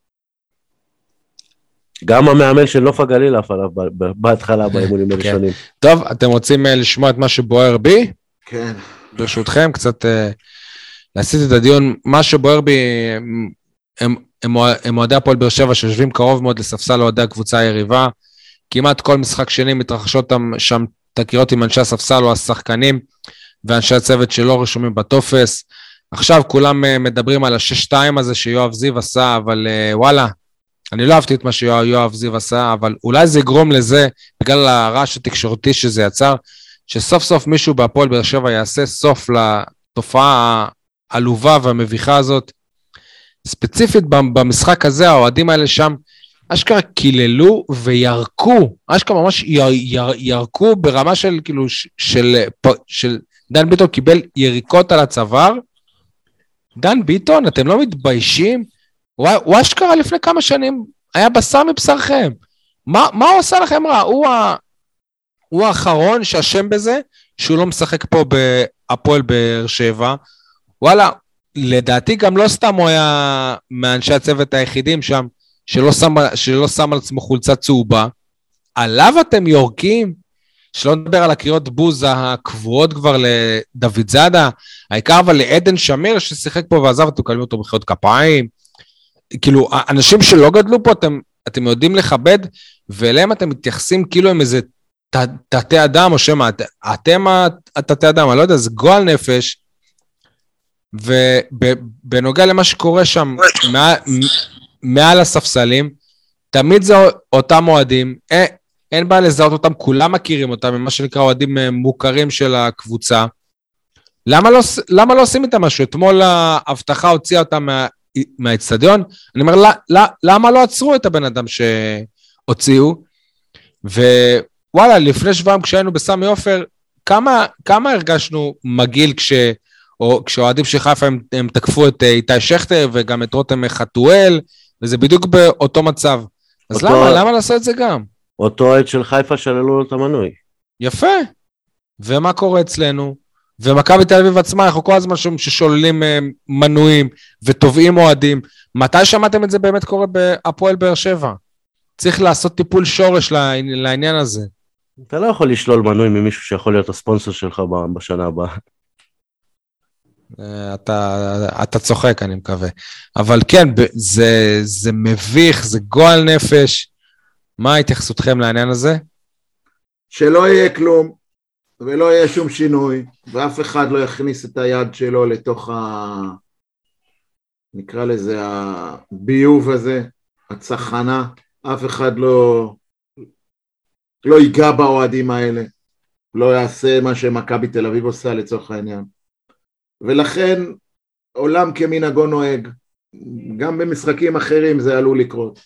גם המאמן של נוף הגליל עף עליו בהתחלה באימונים הראשונים. טוב, אתם רוצים לשמוע את מה שבוער בי? כן. ברשותכם, קצת להסיט את הדיון. מה שבוער בי, הם אוהדי הפועל באר שבע שיושבים קרוב מאוד לספסל אוהדי הקבוצה היריבה. כמעט כל משחק שני מתרחשות שם תקירות עם אנשי הספסל או השחקנים, ואנשי הצוות שלא רשומים בטופס. עכשיו כולם מדברים על השש שתיים הזה שיואב זיו עשה, אבל וואלה, אני לא אהבתי את מה שיואב זיו עשה, אבל אולי זה יגרום לזה, בגלל הרעש התקשורתי שזה יצר, שסוף סוף מישהו בהפועל באר שבע יעשה סוף לתופעה העלובה והמביכה הזאת. ספציפית במשחק הזה, האוהדים האלה שם, אשכרה קיללו וירקו, אשכרה ממש יר, יר, ירקו ברמה של, כאילו, של, של דן ביטון קיבל יריקות על הצוואר. דן ביטון, אתם לא מתביישים? הוא, הוא אשכרה לפני כמה שנים היה בשר מבשרכם. מה, מה הוא עושה לכם רע? הוא, ה, הוא האחרון שהשם בזה, שהוא לא משחק פה בהפועל באר שבע. וואלה, לדעתי גם לא סתם הוא היה מאנשי הצוות היחידים שם, שלא שם, שלא שם על עצמו חולצה צהובה. עליו אתם יורקים, שלא נדבר על הקריאות בוז הקבועות כבר לדוד זאדה, העיקר אבל לעדן שמיר ששיחק פה ועזב, אתם קלמים אותו בחיאות כפיים. כאילו, אנשים שלא גדלו פה, אתם, אתם יודעים לכבד, ואליהם אתם מתייחסים כאילו עם איזה תתי אדם, או שמה, אתם התתי אדם, אני לא יודע, זה גועל נפש, ובנוגע למה שקורה שם, מעל, מעל הספסלים, תמיד זה אותם אוהדים, אין, אין בעיה לזהות אותם, כולם מכירים אותם, ממה שנקרא אוהדים מוכרים של הקבוצה. למה לא, למה לא עושים איתם משהו? אתמול ההבטחה הוציאה אותם מה, מהאצטדיון, אני אומר, לא, לא, למה לא עצרו את הבן אדם שהוציאו? ווואלה, לפני שבועיים כשהיינו בסמי עופר, כמה, כמה הרגשנו מגיל כש... או כשאוהדים של חיפה הם, הם תקפו את איתי שכטר וגם את רותם חתואל, וזה בדיוק באותו מצב. אז אותו... למה? למה לעשות את זה גם? אותו עד של חיפה שללו לו את המנוי. יפה. ומה קורה אצלנו? ומכבי תל אביב עצמה, אנחנו כל הזמן ששוללים מנויים ותובעים אוהדים. מתי שמעתם את זה באמת קורה בהפועל באר שבע? צריך לעשות טיפול שורש לעניין הזה. אתה לא יכול לשלול מנוי ממישהו שיכול להיות הספונסר שלך בשנה הבאה. אתה, אתה צוחק, אני מקווה. אבל כן, זה, זה מביך, זה גועל נפש. מה ההתייחסותכם לעניין הזה? שלא יהיה כלום, ולא יהיה שום שינוי, ואף אחד לא יכניס את היד שלו לתוך ה... נקרא לזה הביוב הזה, הצחנה, אף אחד לא, לא ייגע באוהדים האלה, לא יעשה מה שמכבי תל אביב עושה לצורך העניין. ולכן עולם כמנהגו נוהג, גם במשחקים אחרים זה עלול לקרות.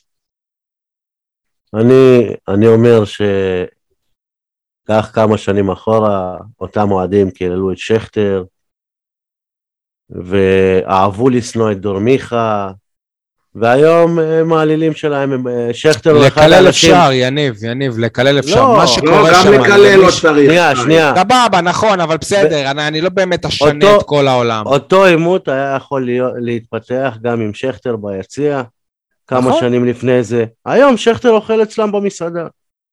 אני, אני אומר שכך כמה שנים אחורה, אותם אוהדים קיללו את שכטר, ואהבו לשנוא את דורמיכה, והיום מעלילים שלהם, הם שכטר... לקלל אפשר, יניב, יניב, לקלל אפשר. לא, מה שקורה לא, שם... גם לקלל לא צריך. שנייה, שנייה. סבבה, נכון, אבל בסדר, אני, אני לא באמת אשנה את כל העולם. אותו עימות היה יכול להיות, להתפתח גם עם שכטר ביציע, כמה נכון? שנים לפני זה. היום שכטר אוכל אצלם במסעדה.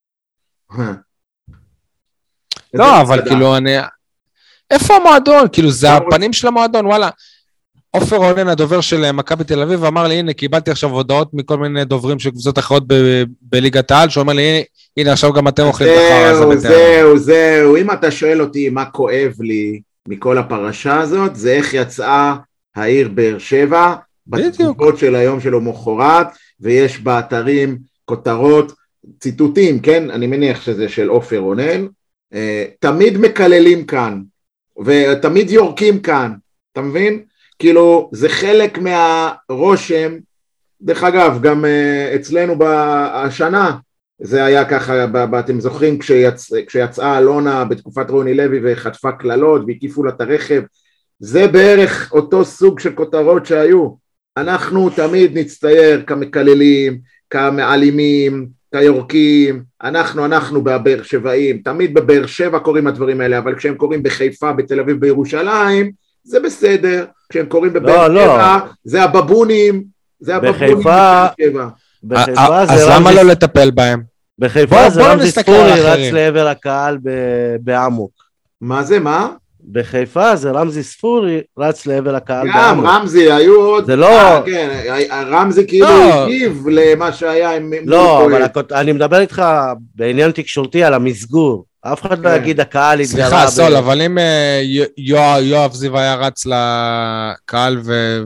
לא, אבל כאילו אני... איפה המועדון? כאילו זה הפנים של המועדון, וואלה. עופר רונן, הדובר של מכבי תל אביב, אמר לי, הנה, קיבלתי עכשיו הודעות מכל מיני דוברים של קבוצות אחרות בליגת העל, שאומר לי, הנה, עכשיו גם אתם אוכלים את החרא. זהו, זהו, זהו. אם אתה שואל אותי מה כואב לי מכל הפרשה הזאת, זה איך יצאה העיר באר שבע, בתקופות של היום של המחרת, ויש באתרים כותרות, ציטוטים, כן? אני מניח שזה של עופר רונן, תמיד מקללים כאן, ותמיד יורקים כאן, אתה מבין? כאילו, זה חלק מהרושם, דרך אגב, גם uh, אצלנו בשנה, זה היה ככה, ב- ב- אתם זוכרים, כשיצ... כשיצאה אלונה בתקופת רוני לוי וחטפה כללות והקיפו לה את הרכב, זה בערך אותו סוג של כותרות שהיו. אנחנו תמיד נצטייר כמקללים, כמעלימים, כיורקים, אנחנו, אנחנו בבאר שבעים, תמיד בבאר שבע קוראים הדברים האלה, אבל כשהם קוראים בחיפה, בתל אביב, בירושלים, זה בסדר. כשהם קוראים בבאר שבע, זה הבבונים, זה הבבונים בבאר שבע. אז למה לא לטפל בהם? בחיפה זה רמזי ספורי רץ לעבר הקהל בעמוק. מה זה, מה? בחיפה זה רמזי ספורי רץ לעבר הקהל בעמוק. גם רמזי, היו עוד... זה לא... רמזי כאילו הגיב למה שהיה עם... לא, אבל אני מדבר איתך בעניין תקשורתי על המסגור. אף אחד לא יגיד הקהל התגרה... סליחה, סול, אבל אם יואב זיו היה רץ לקהל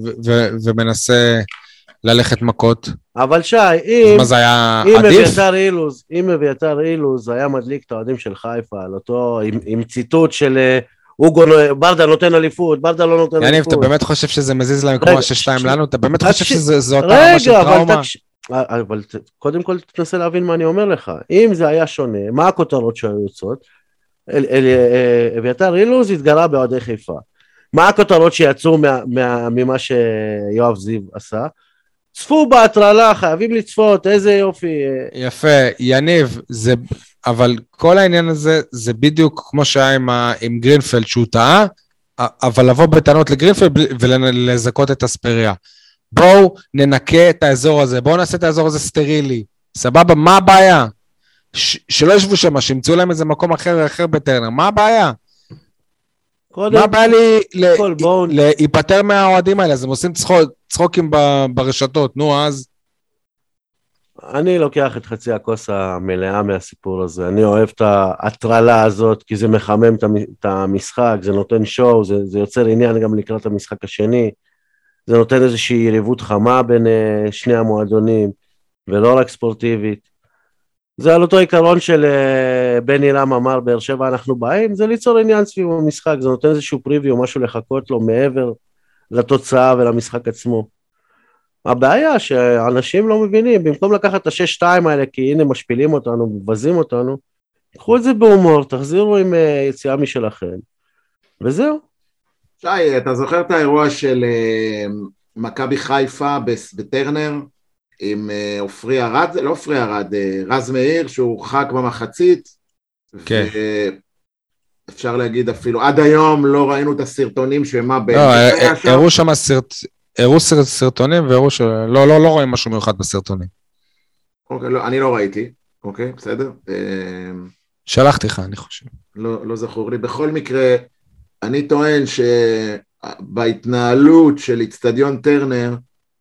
ומנסה ללכת מכות, אבל שי, אם מה זה היה עדיף? אם אביתר אילוז היה מדליק את האוהדים של חיפה, על אותו, עם ציטוט של אוגו, ברדה נותן אליפות, ברדה לא נותן אליפות. יניב, אתה באמת חושב שזה מזיז להם כמו שש שתיים לנו? אתה באמת חושב שזה אותה רמה של טראומה? אבל קודם כל תנסה להבין מה אני אומר לך. אם זה היה שונה, מה הכותרות שהיו יוצאות? אביתר אילוז התגרה באוהדי חיפה. מה הכותרות שיצאו ממה שיואב זיו עשה? צפו בהטרלה, חייבים לצפות, איזה יופי. יפה, יניב, זה, אבל כל העניין הזה, זה בדיוק כמו שהיה עם, עם גרינפלד, שהוא טעה, אבל לבוא בטענות לגרינפלד ולזכות את אספריה. בואו ננקה את האזור הזה, בואו נעשה את האזור הזה סטרילי, סבבה, מה הבעיה? ש- שלא ישבו שם, שימצאו להם איזה מקום אחר, אחר בטרנר, מה הבעיה? מה הבעיה לי להיפטר מהאוהדים האלה, אז הם עושים צחוק, צחוקים ברשתות, נו אז. אני לוקח את חצי הכוס המלאה מהסיפור הזה, אני אוהב את ההטרלה הזאת, כי זה מחמם את המשחק, זה נותן שואו, זה, זה יוצר עניין גם לקראת המשחק השני, זה נותן איזושהי יריבות חמה בין uh, שני המועדונים, ולא רק ספורטיבית. זה על אותו עיקרון של uh, בני רם אמר, באר שבע אנחנו באים, זה ליצור עניין סביב המשחק, זה נותן איזשהו פריוויו, משהו לחכות לו מעבר לתוצאה ולמשחק עצמו. הבעיה שאנשים לא מבינים, במקום לקחת את השש שתיים האלה, כי הנה משפילים אותנו, מבזים אותנו, קחו את זה בהומור, תחזירו עם uh, יציאה משלכם, וזהו. שי, אתה זוכר את האירוע של uh, מכבי חיפה בטרנר? עם אופרי ארד, לא אופרי ארד, רז מאיר, שהוא הורחק במחצית, כן. ואפשר להגיד אפילו, עד היום לא ראינו את הסרטונים שמה באמת לא, היה שם. הראו שם סרט, הראו סרטונים, והראו ש... לא, לא, לא רואים משהו מיוחד בסרטונים. אוקיי, לא, אני לא ראיתי, אוקיי, בסדר? שלחתי לך, אני חושב. לא, לא זכור לי. בכל מקרה, אני טוען שבהתנהלות של אצטדיון טרנר,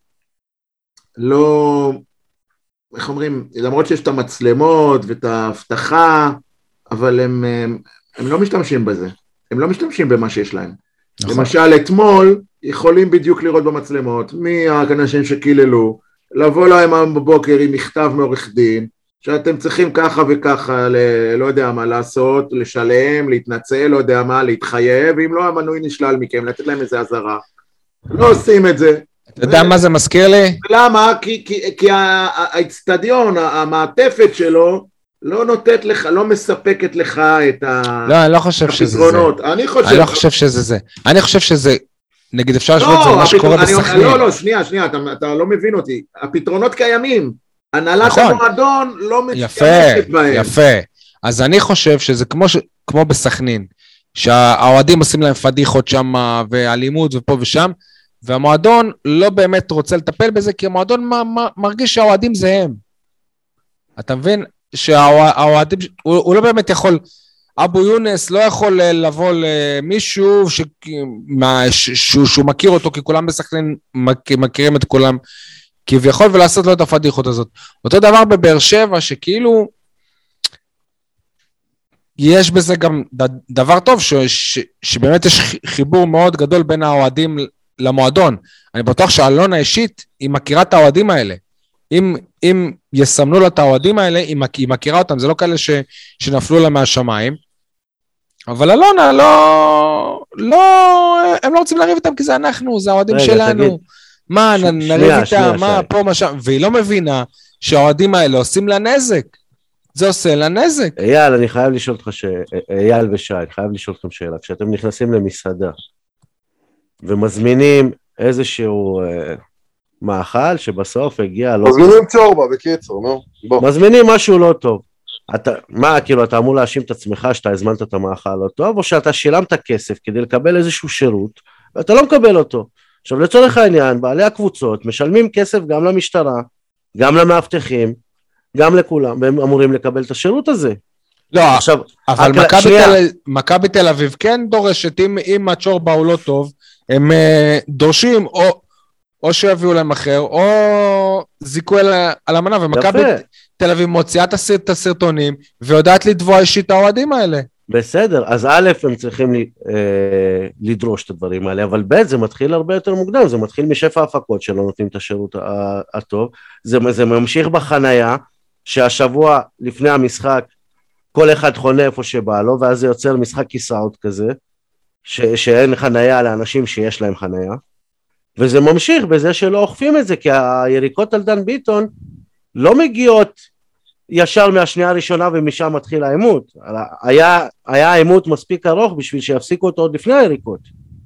לא, איך אומרים, למרות שיש את המצלמות ואת ההבטחה, אבל הם, הם, הם לא משתמשים בזה. הם לא משתמשים במה שיש להם. נכון. למשל, אתמול יכולים בדיוק לראות במצלמות, מי האנשים שקיללו, לבוא להם בבוקר עם מכתב מעורך דין, שאתם צריכים ככה וככה, ל, לא יודע מה לעשות, לשלם, להתנצל, לא יודע מה, להתחייב, ואם לא המנוי נשלל מכם, לתת להם איזה עזרה. לא עושים את זה. אתה יודע מה זה מזכיר לי? למה? כי, כי, כי האצטדיון, המעטפת שלו, לא נותנת לך, לא מספקת לך את ה... לא, אני לא חושב שזה זה. אני חושב... אני לא חושב שזה זה. אני חושב שזה, נגיד אפשר לשמוע את זה מה שקורה בסכנין. לא, לא, שנייה, שנייה, אתה, אתה לא מבין אותי. הפתרונות קיימים. הנהלת נכון. המועדון לא משתמשת בהם. יפה, יפה. אז אני חושב שזה כמו, ש... כמו בסכנין, שהאוהדים עושים להם פדיחות שם, ואלימות ופה ושם, והמועדון לא באמת רוצה לטפל בזה, כי המועדון מרגיש שהאוהדים זה הם. אתה מבין שהאוהדים, הוא, הוא לא באמת יכול, אבו יונס לא יכול לבוא למישהו ש, מה, ש, שהוא, שהוא מכיר אותו, כי כולם בסכנין מכירים את כולם, כביכול ולעשות לו את הפדיחות הזאת. אותו דבר בבאר שבע, שכאילו, יש בזה גם דבר טוב, ש, ש, שבאמת יש חיבור מאוד גדול בין האוהדים למועדון. אני בטוח שאלונה אישית, היא מכירה את האוהדים האלה. אם, אם יסמנו לה את האוהדים האלה, היא, היא מכירה אותם, זה לא כאלה ש, שנפלו לה מהשמיים. אבל אלונה, לא, לא, הם לא רוצים לריב איתם, כי זה אנחנו, זה האוהדים שלנו. תגיד. מה, ש... נריב איתם, מה, שי. פה, מה שם, והיא לא מבינה שהאוהדים האלה עושים לה נזק. זה עושה לה נזק. אייל, אני חייב לשאול אותך, ש... אייל ושי, אני חייב לשאול אתכם שאלה. כשאתם נכנסים למסעדה, ומזמינים איזשהו אה, מאכל שבסוף הגיע לא... מזמינים צ'ורבה, בקיצור, נו. בוא. מזמינים משהו לא טוב. אתה, מה, כאילו, אתה אמור להאשים את עצמך שאתה הזמנת את המאכל לא טוב, או שאתה שילמת כסף כדי לקבל איזשהו שירות, ואתה לא מקבל אותו. עכשיו, לצורך העניין, בעלי הקבוצות משלמים כסף גם למשטרה, גם למאבטחים, גם לכולם, והם אמורים לקבל את השירות הזה. לא, עכשיו, אבל מכבי תל אביב כן דורשת, אם, אם הצ'ורבה הוא לא טוב, הם uh, דורשים או, או שיביאו להם אחר, או זיקו על, על המנה, ומכבי תל אביב מוציאה את הסרטונים, ויודעת לדבוע אישית האוהדים האלה. בסדר, אז א' הם צריכים לי, אה, לדרוש את הדברים האלה, אבל ב' זה מתחיל הרבה יותר מוקדם, זה מתחיל משפע ההפקות שלא נותנים את השירות הטוב, זה, זה ממשיך בחנייה, שהשבוע לפני המשחק, כל אחד חונה איפה שבא לו, ואז זה יוצר משחק כיסאות כזה, ש, שאין חנייה לאנשים שיש להם חנייה, וזה ממשיך בזה שלא אוכפים את זה, כי היריקות על דן ביטון לא מגיעות ישר מהשנייה הראשונה ומשם מתחיל העימות. היה, היה העימות מספיק ארוך בשביל שיפסיקו אותו עוד לפני היריקות.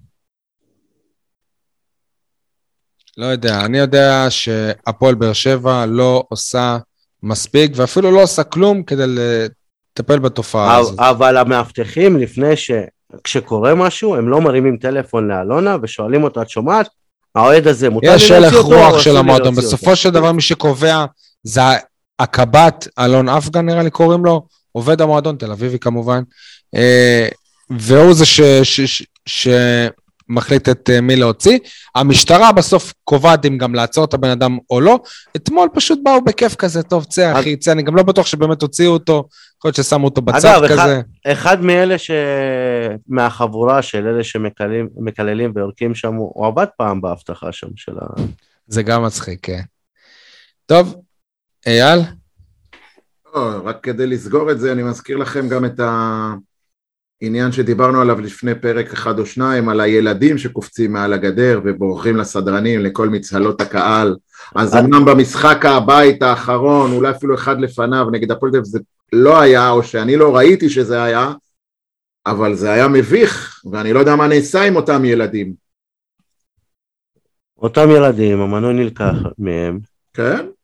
לא יודע, אני יודע שהפועל באר שבע לא עושה מספיק, ואפילו לא עושה כלום כדי לטפל בתופעה אבל, הזאת. אבל המאבטחים לפני ש... כשקורה משהו, הם לא מרימים טלפון לאלונה ושואלים אותה, את שומעת? האוהד הזה מותר יש הלך רוח של המועדון, בסופו של דבר מי שקובע זה הקב"ט, אלון אפגן נראה לי קוראים לו, עובד המועדון, תל אביבי כמובן, והוא זה ש, ש, ש, שמחליט את מי להוציא. המשטרה בסוף קובעת אם גם לעצור את הבן אדם או לא. אתמול פשוט באו בכיף כזה, טוב, צא אחי, צא, אני גם לא בטוח שבאמת הוציאו אותו, יכול להיות ששמו אותו בצד כזה. אגב, אחד מאלה מהחבורה של אלה שמקללים ויורקים שם, הוא עבד פעם בהבטחה שם של ה... זה גם מצחיק, כן. טוב, אייל? לא, רק כדי לסגור את זה, אני מזכיר לכם גם את העניין שדיברנו עליו לפני פרק אחד או שניים, על הילדים שקופצים מעל הגדר ובורחים לסדרנים, לכל מצהלות הקהל. אז אמנם במשחק הבית האחרון, אולי אפילו אחד לפניו, נגד הפועל תל אביב זה לא היה, או שאני לא ראיתי שזה היה, אבל זה היה מביך, ואני לא יודע מה נעשה עם אותם ילדים. אותם ילדים, המנוי נלקח מהם. כן?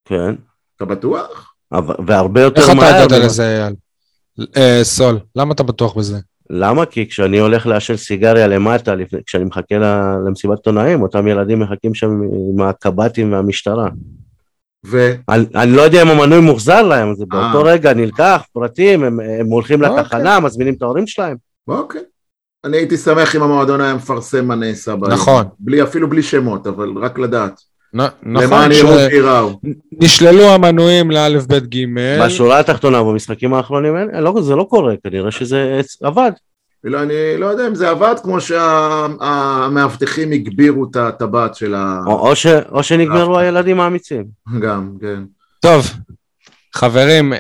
כן. אתה בטוח? והרבה יותר מהר. איך אתה מהר. יודעת לזה, אייל? סול, למה אתה בטוח בזה? למה? כי כשאני הולך לעשן סיגריה למטה, כשאני מחכה למסיבת עיתונאים, אותם ילדים מחכים שם עם הקב"טים והמשטרה. ו... אני, אני לא יודע אם המנוי מוחזר להם, זה באותו רגע נלקח, פרטים, הם, הם הולכים לתחנה, מזמינים את ההורים שלהם. אוקיי. אני הייתי שמח אם המועדון היה מפרסם מה נעשה בהם. נכון. בלי, אפילו בלי שמות, אבל רק לדעת. נכון, נשללו המנויים לאלף בית ג' בשורה התחתונה במשחקים האחרונים, זה לא קורה, כנראה שזה עבד. אני לא יודע אם זה עבד כמו שהמאבטחים הגבירו את הטבעת של ה... או שנגמרו הילדים האמיצים. גם, כן. טוב, חברים,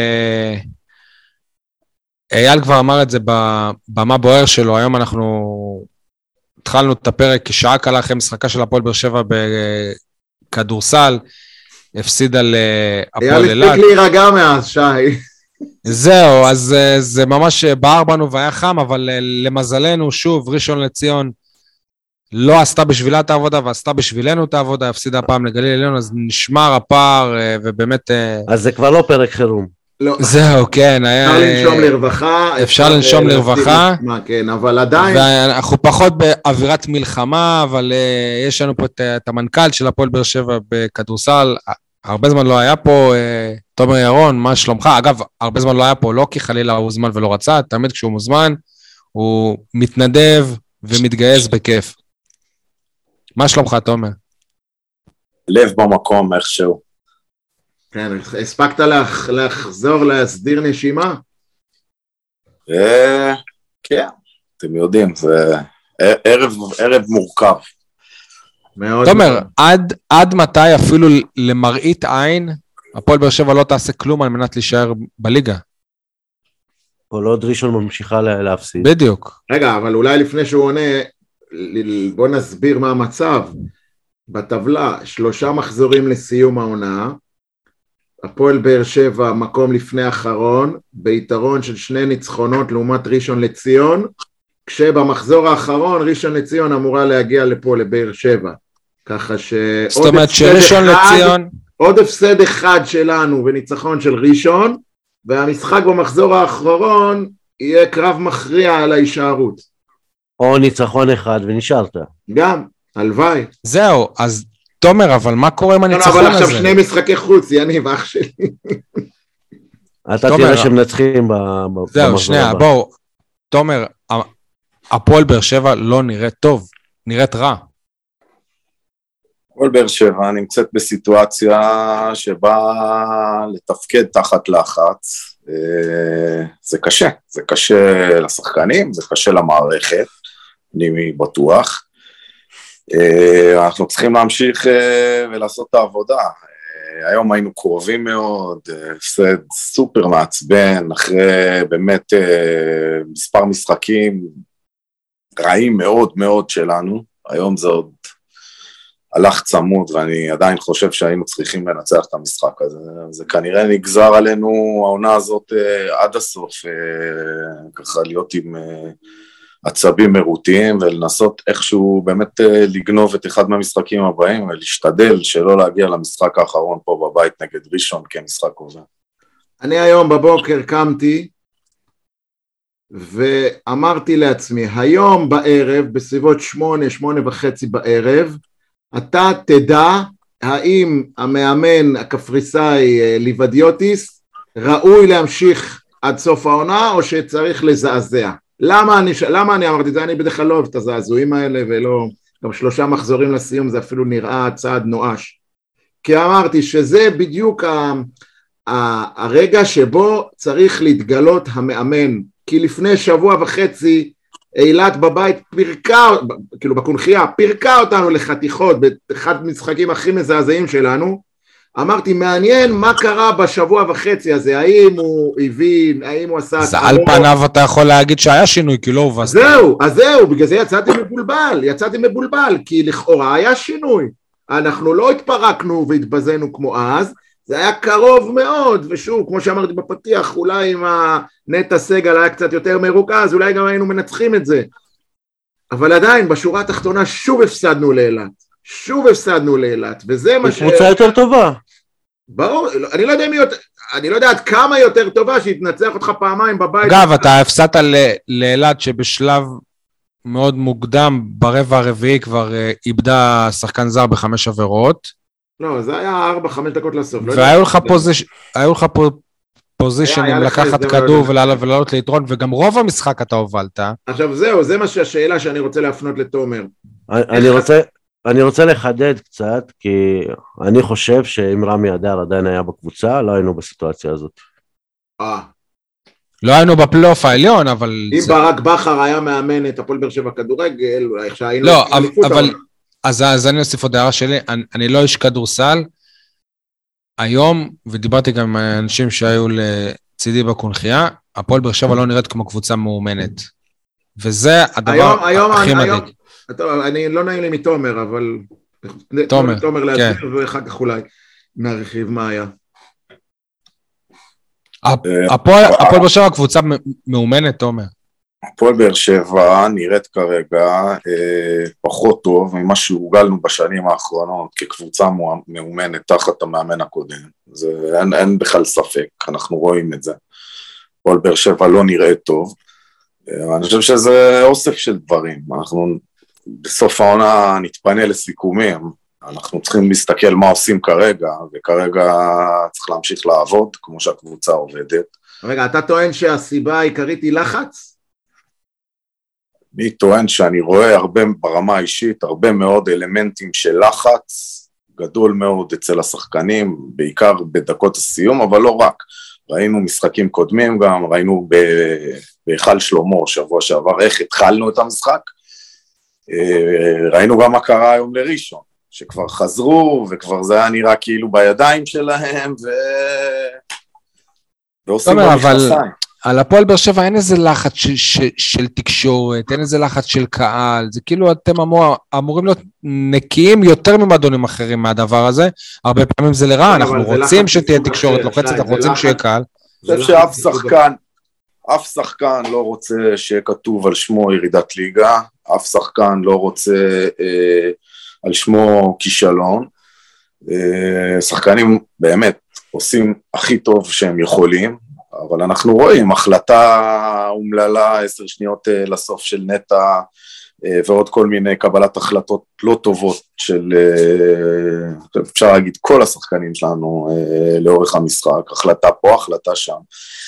אייל כבר אמר את זה במה בוער שלו, היום אנחנו התחלנו את הפרק כשעה קלה אחרי משחקה של הפועל באר שבע בכדורסל, הפסידה להפועל אילת. אייל הספיק להירגע מאז, שי. זהו, אז זה ממש בער בנו והיה חם, אבל למזלנו, שוב, ראשון לציון לא עשתה בשבילה את העבודה, ועשתה בשבילנו את העבודה, הפסידה פעם לגליל עליון, אז נשמר הפער, ובאמת... אז זה כבר לא פרק חירום. לא. זהו, כן, היה... אפשר לנשום לרווחה. אפשר לנשום לרווחה. מה, כן, אבל עדיין... ואנחנו פחות באווירת מלחמה, אבל יש לנו פה את המנכ"ל של הפועל באר שבע בכדורסל, הרבה זמן לא היה פה, תומר ירון, מה שלומך? אגב, הרבה זמן לא היה פה, לא כי חלילה הוא זמן ולא רצה, תמיד כשהוא מוזמן, הוא מתנדב ומתגייס בכיף. מה שלומך, תומר? לב במקום, איכשהו. כן, הספקת לחזור להסדיר נשימה? כן, אתם יודעים, זה ערב מורכב. תומר, עד, עד מתי אפילו למראית עין, הפועל באר שבע לא תעשה כלום על מנת להישאר בליגה? כל עוד ראשון ממשיכה להפסיד. בדיוק. רגע, אבל אולי לפני שהוא עונה, בוא נסביר מה המצב. בטבלה, שלושה מחזורים לסיום העונה, הפועל באר שבע מקום לפני אחרון, ביתרון של שני ניצחונות לעומת ראשון לציון, כשבמחזור האחרון ראשון לציון אמורה להגיע לפה לבאר שבע. ככה ש... זאת אומרת שראשון לציון... עוד הפסד אחד שלנו וניצחון של ראשון, והמשחק במחזור האחרון יהיה קרב מכריע על ההישארות. או ניצחון אחד ונשארת. גם, הלוואי. זהו, אז תומר, אבל מה קורה עם הניצחון הזה? אבל עכשיו שני משחקי חוץ, יניב, אח שלי. אתה תראה שמנצחים במחזור הבא. זהו, שנייה, בואו. תומר, הפועל באר שבע לא נראית טוב, נראית רע. הפועל באר שבע נמצאת בסיטואציה שבה לתפקד תחת לחץ, זה קשה, זה קשה לשחקנים, זה קשה למערכת, אני בטוח. אנחנו צריכים להמשיך ולעשות את העבודה. היום היינו קרובים מאוד, הפסד סופר מעצבן, אחרי באמת מספר משחקים רעים מאוד מאוד שלנו, היום זה עוד הלך צמוד, ואני עדיין חושב שהיינו צריכים לנצח את המשחק הזה, זה כנראה נגזר עלינו העונה הזאת עד הסוף, ככה להיות עם עצבים מרוטיים, ולנסות איכשהו באמת לגנוב את אחד מהמשחקים הבאים, ולהשתדל שלא להגיע למשחק האחרון פה בבית נגד ראשון כמשחק עובר. אני היום בבוקר קמתי, ואמרתי לעצמי, היום בערב, בסביבות שמונה, שמונה וחצי בערב, אתה תדע האם המאמן הקפריסאי ליבדיוטיס ראוי להמשיך עד סוף העונה, או שצריך לזעזע. למה אני, למה אני אמרתי את זה? אני בדרך כלל לא אוהב את הזעזועים האלה, ולא, גם שלושה מחזורים לסיום, זה אפילו נראה צעד נואש. כי אמרתי שזה בדיוק ה, ה, הרגע שבו צריך להתגלות המאמן, כי לפני שבוע וחצי, אילת בבית פירקה, כאילו בקונחייה, פירקה אותנו לחתיכות, באחד המשחקים הכי מזעזעים שלנו, אמרתי, מעניין מה קרה בשבוע וחצי הזה, האם הוא הבין, האם הוא עשה... אז על פניו אתה יכול להגיד שהיה שינוי, כי לא הובס. זהו, אז זהו, בגלל זה יצאתי מבולבל, יצאתי מבולבל, כי לכאורה היה שינוי, אנחנו לא התפרקנו והתבזנו כמו אז, זה היה קרוב מאוד, ושוב, כמו שאמרתי בפתיח, אולי אם נטע סגל היה קצת יותר מרוכז, אולי גם היינו מנצחים את זה, אבל עדיין, בשורה התחתונה שוב הפסדנו לאילת, שוב הפסדנו לאילת, וזה מה ש... קבוצה יותר טובה. ברור, אני לא יודע מי יותר, אני לא יודע עד כמה יותר טובה שהתנצח אותך פעמיים בבית. אגב, אתה הפסדת לאלעד שבשלב מאוד מוקדם, ברבע הרביעי כבר איבדה שחקן זר בחמש עבירות. לא, זה היה ארבע, חמש דקות לסוף. והיו לך פוזיש, היו לך פה פוזישנים לקחת כדור ולעלות ליתרון, וגם רוב המשחק אתה הובלת. עכשיו זהו, זה מה שהשאלה שאני רוצה להפנות לתומר. אני רוצה, אני רוצה לחדד קצת, כי אני חושב שאם רמי אדר עדיין היה בקבוצה, לא היינו בסיטואציה הזאת. אה. לא היינו בפלייאוף העליון, אבל... אם ברק בכר היה מאמן את הפועל באר שבע כדורגל, איך שהיינו... לא, אבל... אז אני אוסיף עוד הערה שלי, אני לא איש כדורסל, היום, ודיברתי גם עם האנשים שהיו לצידי בקונחייה, הפועל באר שבע לא נראית כמו קבוצה מאומנת. וזה הדבר הכי מדהים. אני לא נעים לי מתומר, אבל... תומר, תומר להסביר, ואחר כך אולי נרחיב מה היה. הפועל באר שבע קבוצה מאומנת, תומר. הפועל באר שבע נראית כרגע פחות טוב ממה שהורגלנו בשנים האחרונות כקבוצה מאומנת תחת המאמן הקודם. אין בכלל ספק, אנחנו רואים את זה. הפועל באר שבע לא נראה טוב. אני חושב שזה אוסף של דברים. אנחנו בסוף העונה נתפנה לסיכומים. אנחנו צריכים להסתכל מה עושים כרגע, וכרגע צריך להמשיך לעבוד, כמו שהקבוצה עובדת. רגע, אתה טוען שהסיבה העיקרית היא לחץ? אני טוען שאני רואה הרבה ברמה האישית, הרבה מאוד אלמנטים של לחץ, גדול מאוד אצל השחקנים, בעיקר בדקות הסיום, אבל לא רק. ראינו משחקים קודמים גם, ראינו בהיכל שלמה שבוע שעבר, איך התחלנו את המשחק, ראינו גם מה קרה היום לראשון, שכבר חזרו, וכבר זה היה נראה כאילו בידיים שלהם, ו... ועושים במכנסיים. על הפועל באר שבע אין איזה לחץ של, של, של תקשורת, אין איזה לחץ של קהל, זה כאילו אתם אמור, אמורים להיות נקיים יותר ממועדונים אחרים מהדבר הזה, הרבה פעמים זה לרע, אנחנו רוצים שתהיה תקשורת לוחצת, אנחנו רוצים שיהיה קהל. אני חושב שאף שחקן, אף שחקן לא רוצה שיהיה כתוב על שמו ירידת ליגה, אף שחקן לא רוצה אה, על שמו כישלון, אה, שחקנים באמת עושים הכי טוב שהם יכולים, אבל אנחנו רואים החלטה אומללה עשר שניות לסוף של נטה, ועוד כל מיני קבלת החלטות לא טובות של, אפשר להגיד, כל השחקנים שלנו לאורך המשחק, החלטה פה, החלטה שם,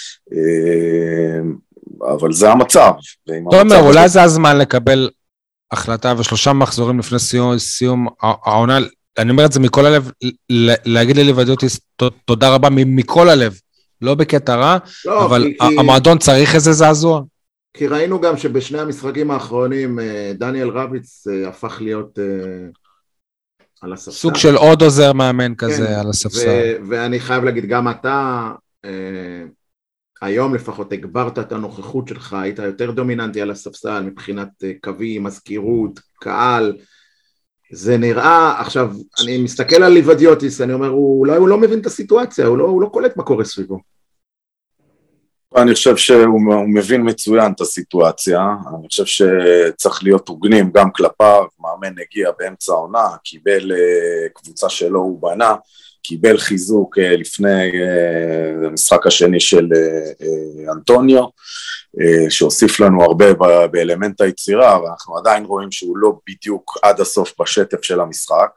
אבל זה המצב. תומר, אולי זה הזמן לקבל החלטה ושלושה מחזורים לפני סיום, סיום העונה, אני אומר את זה מכל הלב, להגיד לי לבדיות תודה רבה מכל הלב, לא בקטע רע, לא, אבל כי, המועדון צריך איזה זעזוע. כי ראינו גם שבשני המשחקים האחרונים, דניאל רביץ הפך להיות על הספסל. סוג של עוד עוזר מאמן כזה כן, על הספסל. ו- ואני חייב להגיד, גם אתה, היום לפחות הגברת את הנוכחות שלך, היית יותר דומיננטי על הספסל, מבחינת קווים, מזכירות, קהל, זה נראה, עכשיו, אני מסתכל על ליבדיוטיס, אני אומר, אולי הוא לא מבין את הסיטואציה, הוא לא, הוא לא קולט מה קורה סביבו. אני חושב שהוא מבין מצוין את הסיטואציה, אני חושב שצריך להיות הוגנים גם כלפיו, מאמן הגיע באמצע העונה, קיבל קבוצה שלו הוא בנה, קיבל חיזוק לפני המשחק השני של אנטוניו, שהוסיף לנו הרבה באלמנט היצירה, ואנחנו עדיין רואים שהוא לא בדיוק עד הסוף בשטף של המשחק.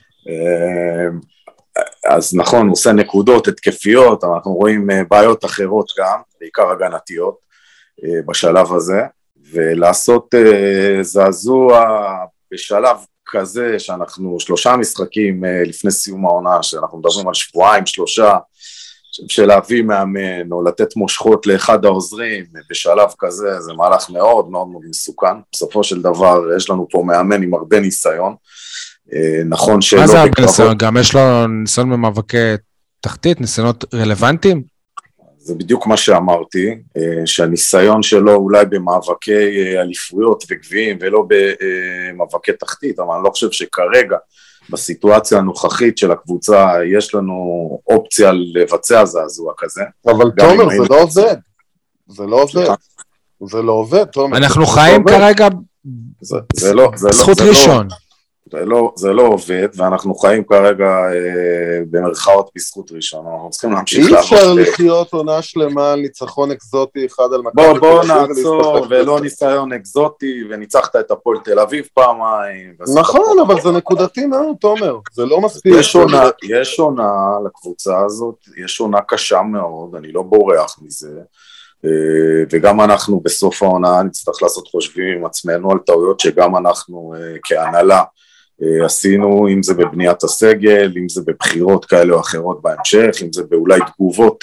אז נכון, הוא עושה נקודות, התקפיות, אנחנו רואים בעיות אחרות גם, בעיקר הגנתיות, בשלב הזה, ולעשות זעזוע בשלב כזה, שאנחנו שלושה משחקים לפני סיום העונה, שאנחנו מדברים על שבועיים, שלושה, של להביא מאמן, או לתת מושכות לאחד העוזרים, בשלב כזה, זה מהלך מאוד מאוד מאוד מסוכן. בסופו של דבר, יש לנו פה מאמן עם הרבה ניסיון. נכון שלא... מה זה הרבה ניסיון? גם יש לו ניסיון במאבקי תחתית, ניסיונות רלוונטיים? זה בדיוק מה שאמרתי, שהניסיון שלו אולי במאבקי אליפויות וגביעים, ולא במאבקי תחתית, אבל אני לא חושב שכרגע, בסיטואציה הנוכחית של הקבוצה, יש לנו אופציה לבצע זעזוע כזה. אבל תומר, זה לא עובד. זה לא עובד. זה לא עובד, תומר. אנחנו חיים כרגע זכות ראשון. זה לא, זה לא עובד, ואנחנו חיים כרגע אה, במרכאות בזכות ראשון, אנחנו צריכים להמשיך לעבוד. אי אפשר ב... לחיות עונה שלמה על ניצחון אקזוטי אחד על מכבי בוא, תל בוא אביב נעצור, ולא ניסיון אקזוטי, וניצחת את הפועל תל אביב פעמיים. נכון, אבל זה נקודתי מאוד, תומר, זה לא מספיק. יש עונה, יש עונה לקבוצה הזאת, יש עונה קשה מאוד, אני לא בורח מזה, וגם אנחנו בסוף העונה נצטרך לעשות חושבים עם עצמנו על טעויות שגם אנחנו כהנהלה עשינו, אם זה בבניית הסגל, אם זה בבחירות כאלה או אחרות בהמשך, אם זה באולי תגובות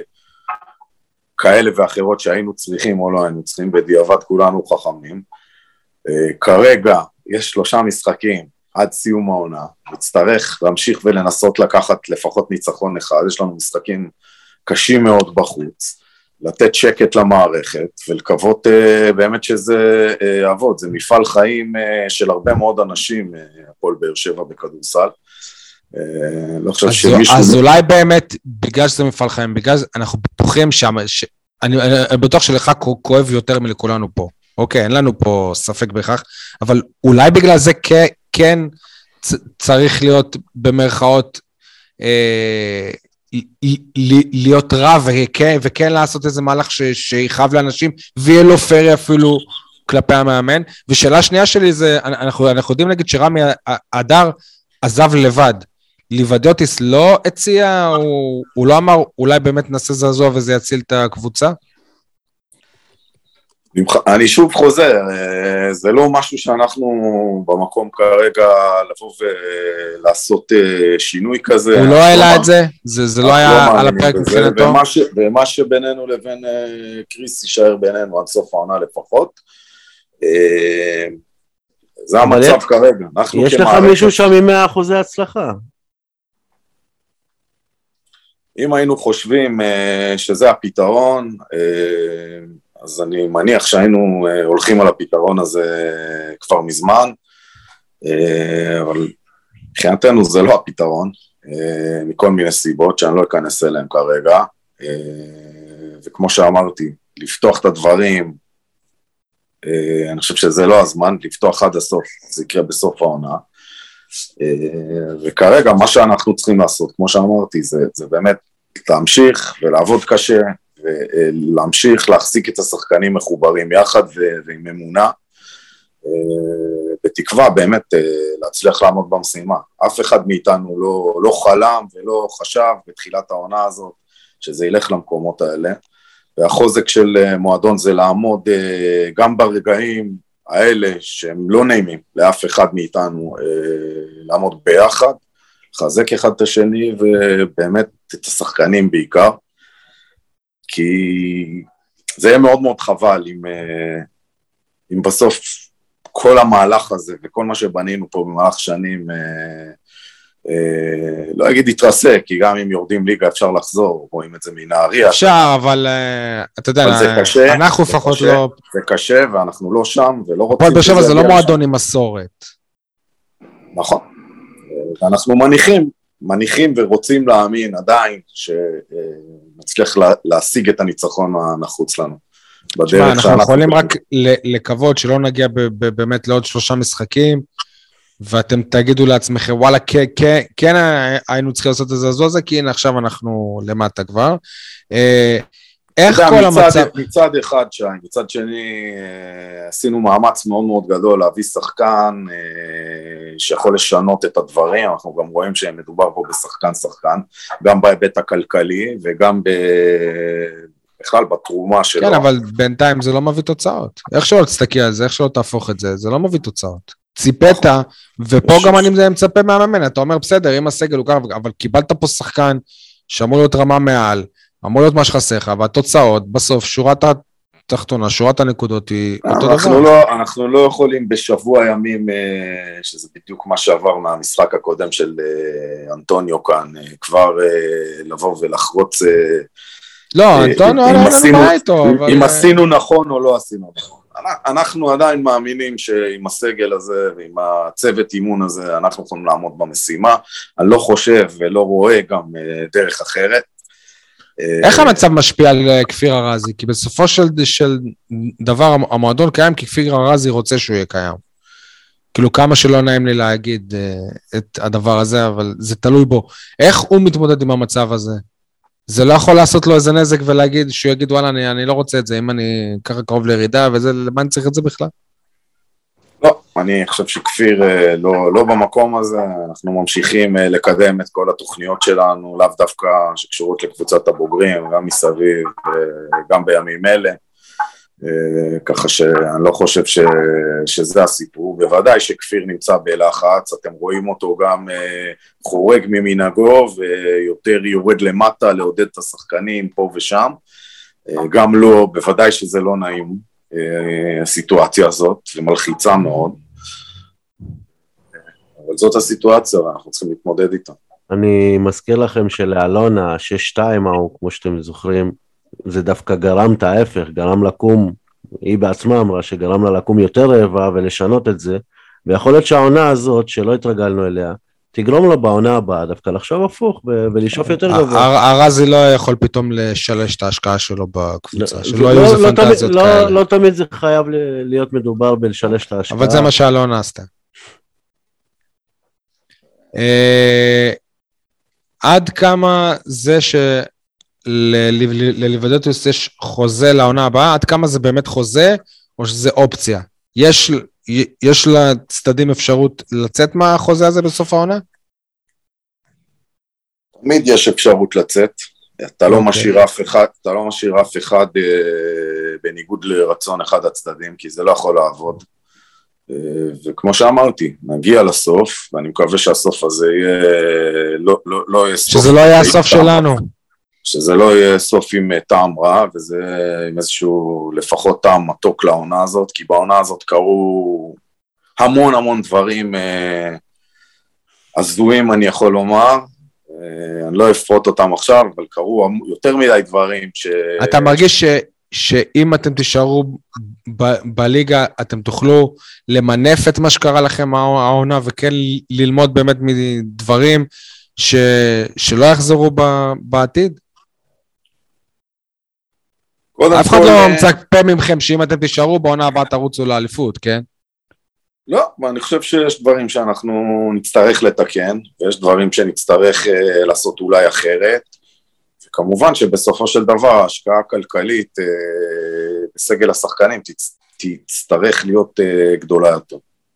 כאלה ואחרות שהיינו צריכים או לא היינו צריכים, בדיעבד כולנו חכמים. כרגע יש שלושה משחקים עד סיום העונה, נצטרך להמשיך ולנסות לקחת לפחות ניצחון אחד, יש לנו משחקים קשים מאוד בחוץ, לתת שקט למערכת ולקוות uh, באמת שזה uh, יעבוד, זה מפעל חיים uh, של הרבה מאוד אנשים, uh, הפועל באר שבע בכדורסל. Uh, לא חושב אז, שמישהו... אז אולי באמת, בגלל שזה מפעל חיים, בגלל אנחנו בטוחים שם, ש... אני, אני בטוח שלך כואב יותר מלכולנו פה, אוקיי, אין לנו פה ספק בכך, אבל אולי בגלל זה כן, כן צריך להיות במרכאות, אה, להיות רע וכן, וכן לעשות איזה מהלך שיחב לאנשים, ויהיה לו פרי אפילו כלפי המאמן. ושאלה שנייה שלי זה, אנחנו, אנחנו יודעים להגיד שרמי אדר עזב לבד, ליבדיוטיס לא הציע, הוא, הוא לא אמר, אולי באמת נעשה זעזוע וזה יציל את הקבוצה? אני שוב חוזר, זה לא משהו שאנחנו במקום כרגע לבוא ולעשות שינוי כזה. הוא לא העלה את זה? זה לא היה על הפרק מבחינתו? ומה שבינינו לבין קריס יישאר בינינו עד סוף העונה לפחות. זה המצב כרגע. יש לך מישהו שם עם מאה אחוזי הצלחה. אם היינו חושבים שזה הפתרון, אז אני מניח שהיינו הולכים על הפתרון הזה כבר מזמן, אבל מבחינתנו זה לא הפתרון, מכל מיני סיבות שאני לא אכנס אליהם כרגע, וכמו שאמרתי, לפתוח את הדברים, אני חושב שזה לא הזמן, לפתוח עד הסוף, זה יקרה בסוף העונה, וכרגע מה שאנחנו צריכים לעשות, כמו שאמרתי, זה, זה באמת להמשיך ולעבוד קשה, ולהמשיך להחזיק את השחקנים מחוברים יחד ועם אמונה, בתקווה באמת להצליח לעמוד במשימה. אף אחד מאיתנו לא, לא חלם ולא חשב בתחילת העונה הזאת שזה ילך למקומות האלה, והחוזק של מועדון זה לעמוד גם ברגעים האלה שהם לא נעימים לאף אחד מאיתנו, לעמוד ביחד, לחזק אחד את השני ובאמת את השחקנים בעיקר, כי זה יהיה מאוד מאוד חבל אם, אם בסוף כל המהלך הזה וכל מה שבנינו פה במהלך שנים, לא אגיד יתרסק, כי גם אם יורדים ליגה אפשר לחזור, רואים את זה מנהריה. אפשר, אבל אתה יודע, אנחנו לפחות לא... זה קשה ואנחנו לא שם ולא רוצים... באר שבע זה לא מועדון עם מסורת. נכון, ואנחנו מניחים, מניחים ורוצים להאמין עדיין שנצליח להשיג את הניצחון הנחוץ לנו. תשמע, אנחנו יכולים רק לקוות שלא נגיע באמת לעוד שלושה משחקים, ואתם תגידו לעצמכם, וואלה, כן היינו צריכים לעשות את זה הזה, כי הנה עכשיו אנחנו למטה כבר. איך כל המצב... מצד אחד שי, מצד שני עשינו מאמץ מאוד מאוד גדול להביא שחקן שיכול לשנות את הדברים, אנחנו גם רואים שמדובר פה בשחקן שחקן, גם בהיבט הכלכלי וגם בכלל בתרומה שלו. כן, אבל בינתיים זה לא מביא תוצאות. איך שלא תסתכל על זה, איך שלא תהפוך את זה, זה לא מביא תוצאות. ציפית, ופה גם אני מצפה מהמאמן, אתה אומר בסדר, אם הסגל הוא כך, אבל קיבלת פה שחקן שאמור להיות רמה מעל, אמור להיות מה שחסר לך, והתוצאות, בסוף, שורת התחתונה, שורת הנקודות היא אותו דבר. לא, אנחנו לא יכולים בשבוע ימים, שזה בדיוק מה שעבר מהמשחק הקודם של אנטוניו כאן, כבר לבוא ולחרוץ... לא, אנטוניו, אם עשינו נכון או לא עשינו נכון. אנחנו עדיין מאמינים שעם הסגל הזה ועם הצוות אימון הזה, אנחנו יכולים לעמוד במשימה. אני לא חושב ולא רואה גם דרך אחרת. איך המצב משפיע על כפיר ארזי? כי בסופו של, של דבר המועדון קיים, כי כפיר ארזי רוצה שהוא יהיה קיים. כאילו כמה שלא נעים לי להגיד את הדבר הזה, אבל זה תלוי בו. איך הוא מתמודד עם המצב הזה? זה לא יכול לעשות לו איזה נזק ולהגיד, שהוא יגיד, וואלה, אני, אני לא רוצה את זה, אם אני ככה קרוב לירידה, וזה, למה אני צריך את זה בכלל? לא, אני חושב שכפיר לא, לא במקום הזה, אנחנו ממשיכים לקדם את כל התוכניות שלנו, לאו דווקא שקשורות לקבוצת הבוגרים, גם מסביב, גם בימים אלה, ככה שאני לא חושב ש, שזה הסיפור, בוודאי שכפיר נמצא בלחץ, אתם רואים אותו גם חורג ממנהגו, ויותר יורד למטה לעודד את השחקנים פה ושם, גם לא, בוודאי שזה לא נעים, הסיטואציה הזאת, ומלחיצה מאוד, אבל זאת הסיטואציה, ואנחנו צריכים להתמודד איתה. אני מזכיר לכם שלאלון, ה-שש שתיים, כמו שאתם זוכרים, זה דווקא גרם את ההפך, גרם לקום, היא בעצמה אמרה שגרם לה לקום יותר רעבה ולשנות את זה, ויכול להיות שהעונה הזאת, שלא התרגלנו אליה, תגרום לה בעונה הבאה, דווקא לחשוב הפוך ולשאוף יותר גבוה. הרזי לא יכול פתאום לשלש את ההשקעה שלו בקבוצה, שלא היו איזה פנטזיות כאלה. לא תמיד זה חייב להיות מדובר בלשלש את ההשקעה. אבל זה מה שאלון עשתה. עד כמה זה שלליבדטוס יש חוזה לעונה הבאה, עד כמה זה באמת חוזה, או שזה אופציה? יש... יש לצדדים אפשרות לצאת מהחוזה הזה בסוף העונה? תמיד יש אפשרות לצאת, אתה לא משאיר אף אחד, אתה לא משאיר אף אחד בניגוד לרצון אחד הצדדים, כי זה לא יכול לעבוד. וכמו שאמרתי, נגיע לסוף, ואני מקווה שהסוף הזה יהיה, לא, לא, לא יהיה סוף. שזה לא יהיה הסוף שלנו. שזה לא יהיה סוף עם טעם רע, וזה עם איזשהו לפחות טעם מתוק לעונה הזאת, כי בעונה הזאת קרו המון המון דברים הזויים, אני יכול לומר, אני לא אפרוט אותם עכשיו, אבל קרו יותר מדי דברים ש... אתה מרגיש ש... שאם אתם תישארו ב- בליגה, אתם תוכלו למנף את מה שקרה לכם העונה, וכן ללמוד באמת מדברים ש... שלא יחזרו ב... בעתיד? אף אחד לא מצפה ממכם שאם אתם תישארו בעונה הבאה תרוצו לאליפות, כן? לא, אני חושב שיש דברים שאנחנו נצטרך לתקן, ויש דברים שנצטרך לעשות אולי אחרת, וכמובן שבסופו של דבר ההשקעה הכלכלית בסגל השחקנים תצטרך להיות גדולה יותר.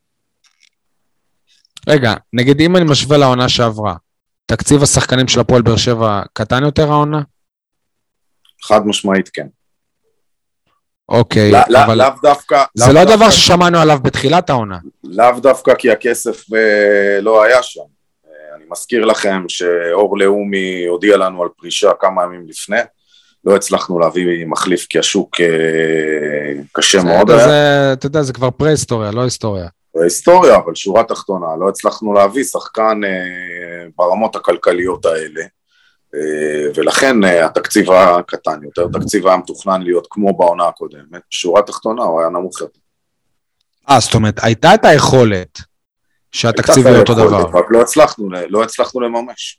רגע, נגיד אם אני משווה לעונה שעברה, תקציב השחקנים של הפועל באר שבע קטן יותר העונה? חד משמעית כן. אוקיי, אבל לאו דווקא... זה לא דבר ששמענו עליו בתחילת העונה. לאו דווקא כי הכסף לא היה שם. אני מזכיר לכם שאור לאומי הודיע לנו על פרישה כמה ימים לפני, לא הצלחנו להביא מחליף כי השוק קשה מאוד היה. אתה יודע, זה כבר פרה-היסטוריה, לא היסטוריה. היסטוריה, אבל שורה תחתונה, לא הצלחנו להביא שחקן ברמות הכלכליות האלה, ולכן התקציב היה קטן יותר, התקציב היה מתוכנן להיות כמו בעונה הקודמת, שורה תחתונה הוא היה נמוך יותר. אה, זאת אומרת, הייתה את היכולת שהתקציב יהיה אותו דבר. רק לא הצלחנו, לא הצלחנו לממש.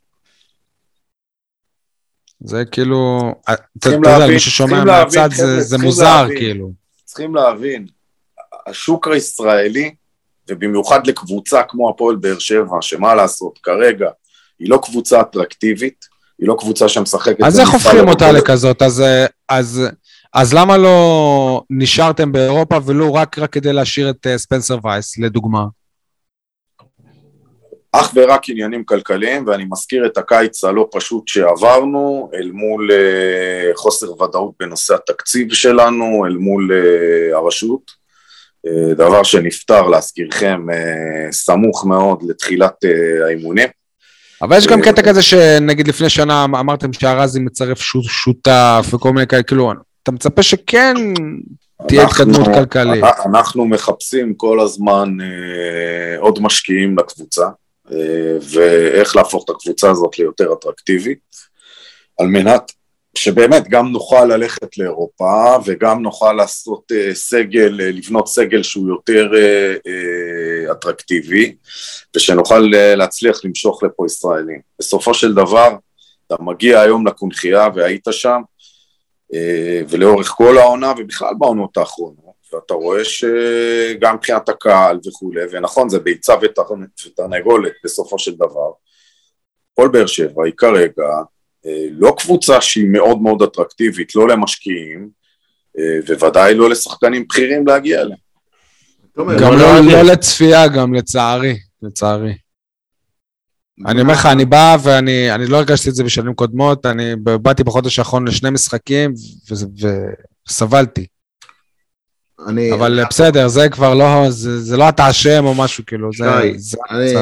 זה כאילו, אתה יודע, מי ששומע מהצד זה מוזר כאילו. צריכים להבין, השוק הישראלי, ובמיוחד לקבוצה כמו הפועל באר שבע, שמה לעשות כרגע, היא לא קבוצה אטרקטיבית, היא לא קבוצה שמשחקת... אז איך הופכים אותה לכזאת? אז, אז, אז למה לא נשארתם באירופה, ולא רק, רק כדי להשאיר את ספנסר וייס, לדוגמה? אך ורק עניינים כלכליים, ואני מזכיר את הקיץ הלא פשוט שעברנו, אל מול uh, חוסר ודאות בנושא התקציב שלנו, אל מול uh, הרשות, uh, דבר שנפטר להזכירכם uh, סמוך מאוד לתחילת uh, האימונים. אבל יש גם קטע כזה שנגיד לפני שנה אמרתם שהרזי מצרף שותף וכל מיני כאלה, כאילו, אתה מצפה שכן תהיה התקדמות כלכלית. אנחנו מחפשים כל הזמן עוד משקיעים לקבוצה, ואיך להפוך את הקבוצה הזאת ליותר אטרקטיבית, על מנת שבאמת גם נוכל ללכת לאירופה, וגם נוכל לעשות סגל, לבנות סגל שהוא יותר אטרקטיבי, ושנוכל להצליח למשוך לפה ישראלים. בסופו של דבר, אתה מגיע היום לקונחייה והיית שם, ולאורך כל העונה, ובכלל בעונות האחרונות, ואתה רואה שגם מבחינת הקהל וכו', ונכון, זה ביצה ותרנגולת בסופו של דבר, הפועל באר שבע היא כרגע לא קבוצה שהיא מאוד מאוד אטרקטיבית, לא למשקיעים, וודאי לא לשחקנים בכירים להגיע אליהם. גם לא לצפייה, גם לצערי, לצערי. אני אומר לך, אני בא ואני לא הרגשתי את זה בשנים קודמות, אני באתי בחודש האחרון לשני משחקים וסבלתי. אבל בסדר, זה כבר לא, זה לא אתה אשם או משהו כאילו, זה...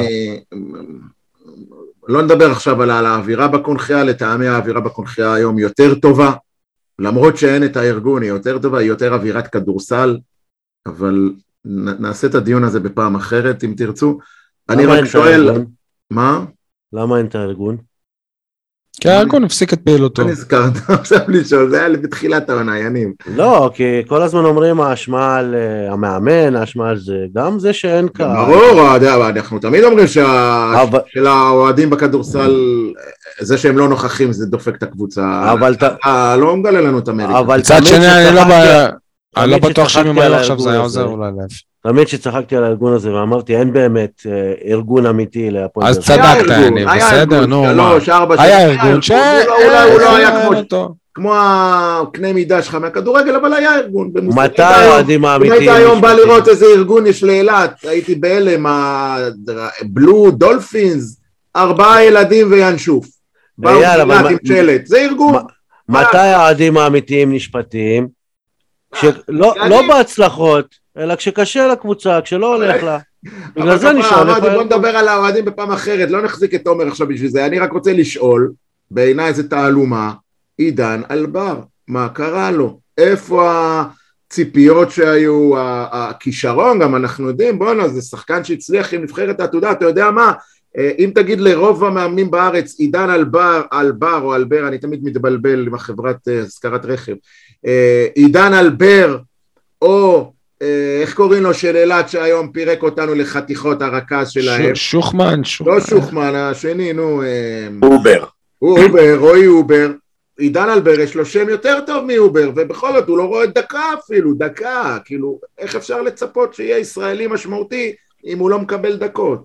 לא נדבר עכשיו על האווירה בקונחייה, לטעמי האווירה בקונחייה היום יותר טובה, למרות שאין את הארגון, היא יותר טובה, היא יותר אווירת כדורסל, אבל נעשה את הדיון הזה בפעם אחרת, אם תרצו. אני רק שואל... מה? למה אין את הארגון? כי הארגון הפסיק את פעילותו. אני נזכרת עכשיו לשאול, זה היה בתחילת העניינים. לא, כי כל הזמן אומרים האשמה על המאמן, האשמה על זה, גם זה שאין קהל. ברור, אנחנו תמיד אומרים שהאוהדים בכדורסל, זה שהם לא נוכחים, זה דופק את הקבוצה. לא מגלה לנו את אמריקה. מצד שני, אני לא בטוח שאם היו עכשיו זה היה עוזר אולי להפך. תמיד שצחקתי על הארגון הזה ואמרתי, אין באמת ארגון אמיתי להפועל באר שבע. אז צדקת, אני בסדר, נו, מה? היה ארגון ש... אולי לא היה כמו הקנה מידה שלך מהכדורגל, אבל היה ארגון. מתי האוהדים האמיתיים? אם היית היום בא לראות איזה ארגון יש לאילת, הייתי בהלם, בלו, דולפינס, ארבעה ילדים וינשוף. באו אילת עם שלט, זה ארגון. מתי האוהדים האמיתיים נשפטים? לא בהצלחות, אלא כשקשה לקבוצה, כשלא הולך לה. בגלל זה נשאל. בוא נדבר על האוהדים בפעם אחרת, לא נחזיק את תומר עכשיו בשביל זה, אני רק רוצה לשאול, בעיניי זה תעלומה, עידן אלבר, מה קרה לו? איפה הציפיות שהיו, הכישרון, גם אנחנו יודעים, בוא'נה, זה שחקן שהצליח עם נבחרת העתודה, אתה יודע מה? אם תגיד לרוב המאמנים בארץ, עידן אלבר, אלבר או אלבר, אני תמיד מתבלבל עם החברת הזכרת רכב, עידן אלבר, או איך קוראים לו של אילת שהיום פירק אותנו לחתיכות הרכז שלהם? שוחמן, שוחמן. לא שוחמן, השני, נו. אובר. אובר, רועי אובר. עידן אלבר יש לו שם יותר טוב מאובר, ובכל זאת הוא לא רואה דקה אפילו, דקה. כאילו, איך אפשר לצפות שיהיה ישראלי משמעותי אם הוא לא מקבל דקות?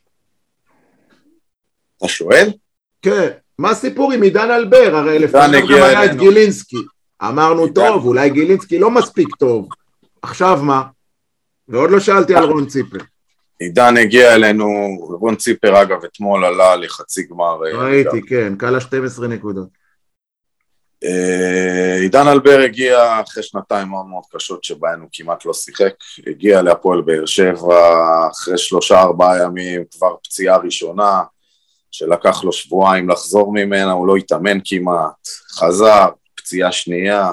אתה שואל? כן. מה הסיפור עם עידן אלבר? הרי לפעמים גם היה את גילינסקי. אמרנו טוב, אולי גילינסקי לא מספיק טוב. עכשיו מה? ועוד לא שאלתי על רון ציפר. עידן הגיע אלינו, רון ציפר אגב אתמול עלה לחצי גמר. ראיתי, כן, קלה שתים עשרה נקודות. עידן אלבר הגיע אחרי שנתיים מאוד מאוד קשות שבהן הוא כמעט לא שיחק, הגיע להפועל באר שבע אחרי שלושה ארבעה ימים, כבר פציעה ראשונה, שלקח לו שבועיים לחזור ממנה, הוא לא התאמן כמעט, חזר, פציעה שנייה,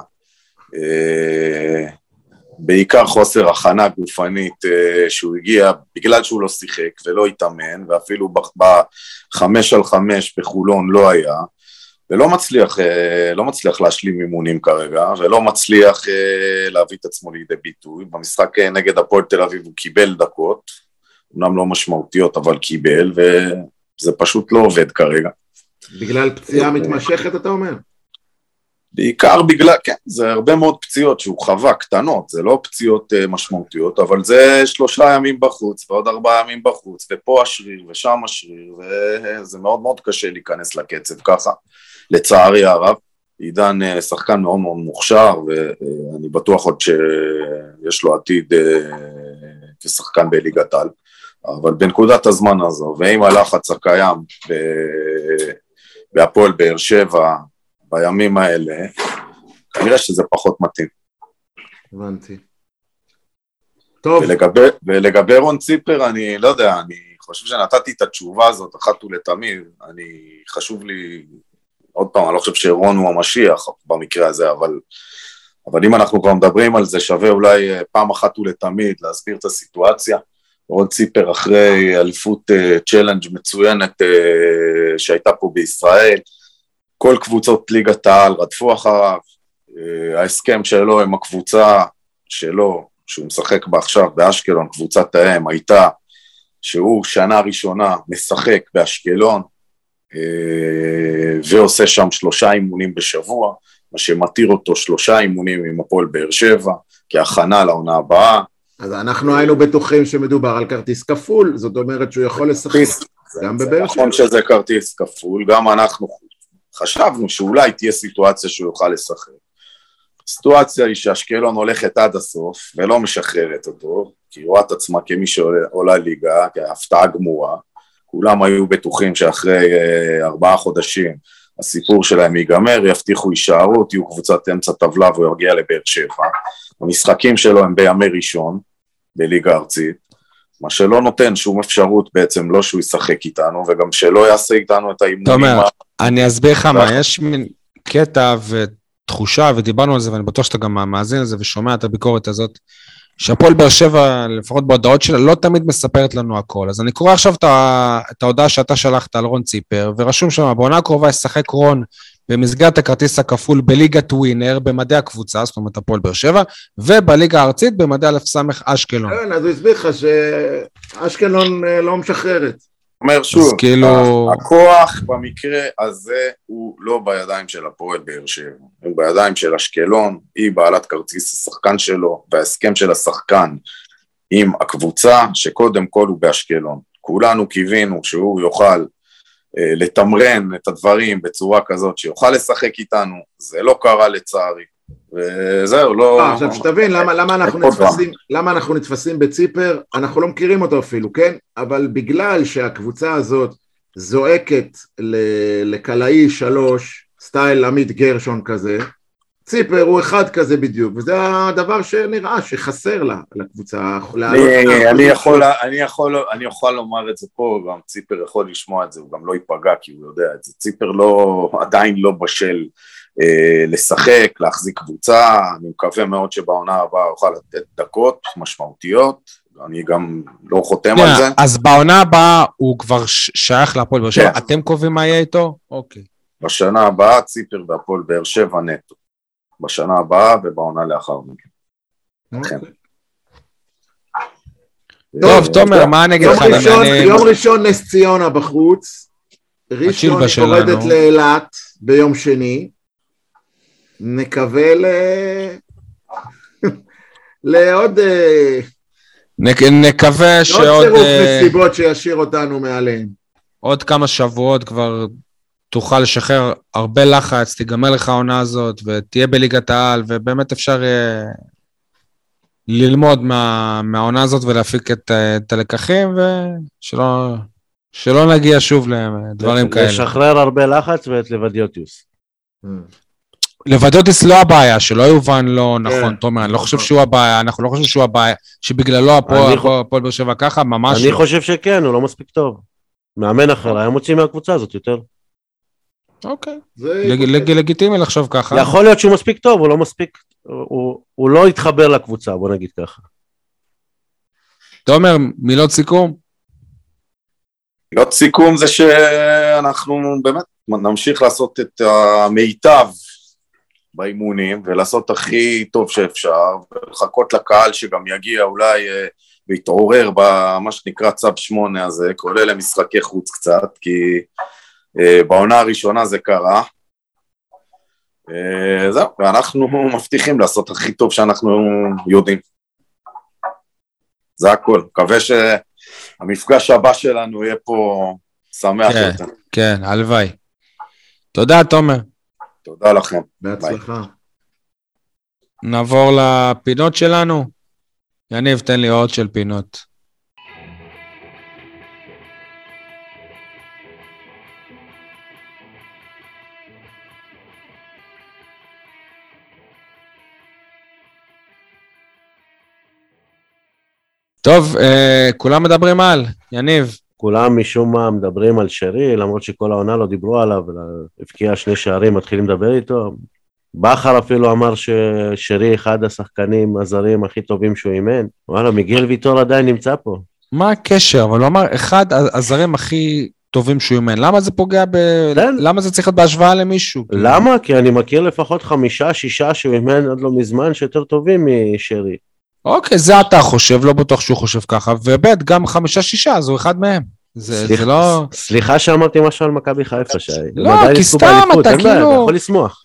בעיקר חוסר הכנה גופנית שהוא הגיע, בגלל שהוא לא שיחק ולא התאמן, ואפילו בחמש על חמש בחולון לא היה, ולא מצליח, לא מצליח להשלים אימונים כרגע, ולא מצליח להביא את עצמו לידי ביטוי. במשחק נגד הפועל תל אביב הוא קיבל דקות, אמנם לא משמעותיות, אבל קיבל, וזה פשוט לא עובד כרגע. בגלל פציעה מתמשכת, אתה אומר? בעיקר בגלל, כן, זה הרבה מאוד פציעות שהוא חווה, קטנות, זה לא פציעות משמעותיות, אבל זה שלושה ימים בחוץ, ועוד ארבעה ימים בחוץ, ופה השריר, ושם השריר, וזה מאוד מאוד קשה להיכנס לקצב ככה. לצערי הרב, עידן שחקן מאוד מאוד מוכשר, ואני בטוח עוד שיש לו עתיד כשחקן בליגת העל, אבל בנקודת הזמן הזו, ועם הלחץ הקיים בהפועל באר שבע, בימים האלה, כנראה שזה פחות מתאים. הבנתי. טוב. ולגבי, ולגבי רון ציפר, אני לא יודע, אני חושב שנתתי את התשובה הזאת, אחת ולתמיד, אני חשוב לי, עוד פעם, אני לא חושב שרון הוא המשיח במקרה הזה, אבל, אבל אם אנחנו כבר מדברים על זה, שווה אולי פעם אחת ולתמיד להסביר את הסיטואציה. רון ציפר אחרי אליפות צ'לנג' מצוינת שהייתה פה בישראל, כל קבוצות ליגת העל רדפו אחריו, ההסכם שלו עם הקבוצה שלו, שהוא משחק בה עכשיו באשקלון, קבוצת האם, הייתה שהוא שנה ראשונה משחק באשקלון, ועושה שם שלושה אימונים בשבוע, מה שמתיר אותו שלושה אימונים עם הפועל באר שבע, כהכנה לעונה הבאה. אז אנחנו היינו בטוחים שמדובר על כרטיס כפול, זאת אומרת שהוא יכול לשחק גם בבאר שבע. נכון שזה כרטיס כפול, גם אנחנו חשבנו שאולי תהיה סיטואציה שהוא יוכל לשחק. הסיטואציה היא שאשקלון הולכת עד הסוף ולא משחררת אותו, כי היא רואה את עצמה כמי שעולה ליגה, כהפתעה גמורה. כולם היו בטוחים שאחרי uh, ארבעה חודשים הסיפור שלהם ייגמר, יבטיחו יישארו, תהיו קבוצת אמצע טבלה והוא יגיע לבאר שבע. המשחקים שלו הם בימי ראשון, בליגה ארצית, מה שלא נותן שום אפשרות בעצם לא שהוא ישחק איתנו, וגם שלא יעשה איתנו את האימונים. תומר, אני אסביר לך מה, יש מין קטע ותחושה, ודיברנו על זה, ואני בטוח שאתה גם מאזין על זה ושומע את הביקורת הזאת, שהפועל באר שבע, לפחות בהודעות שלה, לא תמיד מספרת לנו הכל. אז אני קורא עכשיו את ההודעה שאתה שלחת על רון ציפר, ורשום שם, בעונה הקרובה ישחק רון במסגרת הכרטיס הכפול בליגת ווינר, במדעי הקבוצה, זאת אומרת הפועל באר שבע, ובליגה הארצית במדעי אלף סמך אשקלון. כן, אז הוא הסביר לך שאשקלון לא משחררת. אומר שוב, כאילו... הכוח במקרה הזה הוא לא בידיים של הפועל באר שבע, הוא בידיים של אשקלון, היא בעלת כרטיס השחקן שלו, וההסכם של השחקן עם הקבוצה, שקודם כל הוא באשקלון. כולנו קיווינו שהוא יוכל אה, לתמרן את הדברים בצורה כזאת, שיוכל לשחק איתנו, זה לא קרה לצערי. וזהו, לא... עכשיו שתבין, למה, למה, אנחנו נתפסים, למה אנחנו נתפסים בציפר, אנחנו לא מכירים אותו אפילו, כן? אבל בגלל שהקבוצה הזאת זועקת לקלעי שלוש, סטייל עמית גרשון כזה, ציפר הוא אחד כזה בדיוק, וזה הדבר שנראה שחסר לה, לקבוצה. אני יכול, אני יכול, אני יכול לומר את זה פה, גם ציפר יכול לשמוע את זה, הוא גם לא ייפגע, כי הוא יודע את זה. ציפר לא, עדיין לא בשל לשחק, להחזיק קבוצה, אני מקווה מאוד שבעונה הבאה אוכל לתת דקות משמעותיות, אני גם לא חותם על זה. אז בעונה הבאה הוא כבר שייך להפועל באר שבע, אתם קובעים מה יהיה איתו? אוקיי. בשנה הבאה ציפר והפועל באר שבע נטו, בשנה הבאה ובעונה לאחר מכן. טוב, תומר, מה אני אגיד לך? יום ראשון נס ציונה בחוץ, ראשון יורדת לאילת ביום שני, נקווה ל... לעוד... נקווה שעוד... עוד צירוף נסיבות שישאיר אותנו מעליהם. עוד כמה שבועות כבר תוכל לשחרר הרבה לחץ, תיגמר לך העונה הזאת, ותהיה בליגת העל, ובאמת אפשר ללמוד מה, מהעונה הזאת ולהפיק את, את הלקחים, ושלא שלא נגיע שוב לדברים כאלה. לשחרר הרבה לחץ ואת לבדיוטיוס. לבדיוטיס לא הבעיה, שלא יובן לא נכון, תומר, אני לא חושב שהוא הבעיה, אנחנו לא חושבים שהוא הבעיה, שבגללו הפועל באר שבע ככה, ממש לא. אני חושב שכן, הוא לא מספיק טוב. מאמן אחר, היה מוציא מהקבוצה הזאת יותר. אוקיי, לגיטימי לחשוב ככה. יכול להיות שהוא מספיק טוב, הוא לא מספיק, הוא לא התחבר לקבוצה, בוא נגיד ככה. תומר, מילות סיכום? מילות סיכום זה שאנחנו באמת נמשיך לעשות את המיטב באימונים, ולעשות הכי טוב שאפשר, ולחכות לקהל שגם יגיע אולי להתעורר במה שנקרא צו שמונה הזה, כולל למשחקי חוץ קצת, כי בעונה הראשונה זה קרה. זהו, ואנחנו מבטיחים לעשות הכי טוב שאנחנו יודעים. זה הכל. מקווה שהמפגש הבא שלנו יהיה פה שמח יותר. כן, הלוואי. תודה, תומר. תודה לכם. בהצלחה. נעבור לפינות שלנו. יניב, תן לי עוד של פינות. טוב, אה, כולם מדברים על, יניב. כולם משום מה מדברים על שרי, למרות שכל העונה לא דיברו עליו, הבקיע שני שערים, מתחילים לדבר איתו. בכר אפילו אמר ששרי אחד השחקנים הזרים הכי טובים שהוא אימן. וואלה, מיגל ויטור עדיין נמצא פה. מה הקשר? אבל הוא אמר, אחד הזרים הכי טובים שהוא אימן. למה זה פוגע ב... למה זה צריך להיות בהשוואה למישהו? למה? כי אני מכיר לפחות חמישה, שישה שהוא אימן עד לא מזמן שיותר טובים משרי. אוקיי, זה אתה חושב, לא בטוח שהוא חושב ככה, ובית גם חמישה שישה, אז הוא אחד מהם. זה לא... סליחה שאמרתי משהו על מכבי חיפה, שי. לא, כי סתם אתה כאילו... אתה יכול לשמוח.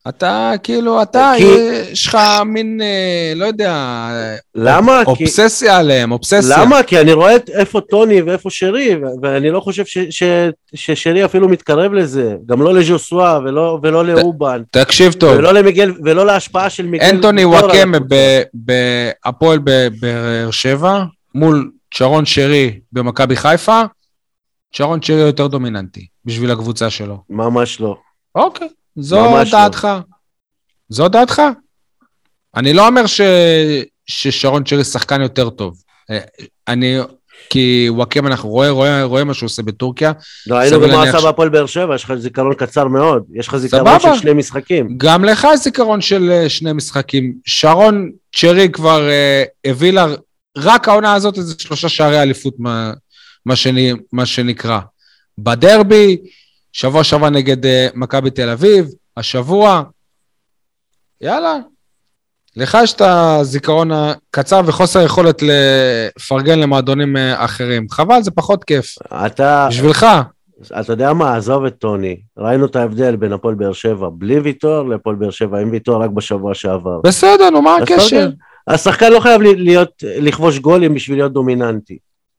אתה, כאילו, אתה, כי... יש לך מין, לא יודע, למה? אובססיה כי... עליהם, אובססיה. למה? כי אני רואה איפה טוני ואיפה שרי, ואני לא חושב ש... ש... ששרי אפילו מתקרב לזה, גם לא לג'וסווה ולא, ולא לאובן. תקשיב טוב. ולא למיגל, ולא להשפעה של מיגל. אנטוני וואקמה בהפועל באר שבע, מול שרון שרי במכבי חיפה, שרון שרי יותר דומיננטי, בשביל הקבוצה שלו. ממש לא. אוקיי. זו דעתך. זו דעתך. אני לא אומר ש... ששרון שרי שחקן יותר טוב. אני, כי וואקם אנחנו רואה, רואה, רואה מה שהוא עושה בטורקיה. לא, היינו במה עשה בהפועל באר שבע, יש לך זיכרון קצר מאוד. יש לך זיכרון של שני משחקים. גם לך זיכרון של שני משחקים. שרון שרי כבר uh, הביא לה, רק העונה הזאת איזה שלושה שערי אליפות, מה, מה, שני, מה שנקרא. בדרבי, שבוע שבוע נגד uh, מכבי תל אביב, השבוע, יאללה, לך יש את הזיכרון הקצר וחוסר יכולת לפרגן למועדונים אחרים, חבל, זה פחות כיף, אתה, בשבילך. אתה יודע מה, עזוב את טוני, ראינו את ההבדל בין הפועל באר שבע בלי ויטור לפועל באר שבע עם ויטור רק בשבוע שעבר. בסדר, נו, מה הקשר? השחקן לא חייב להיות, לכבוש גולים בשביל להיות דומיננטי.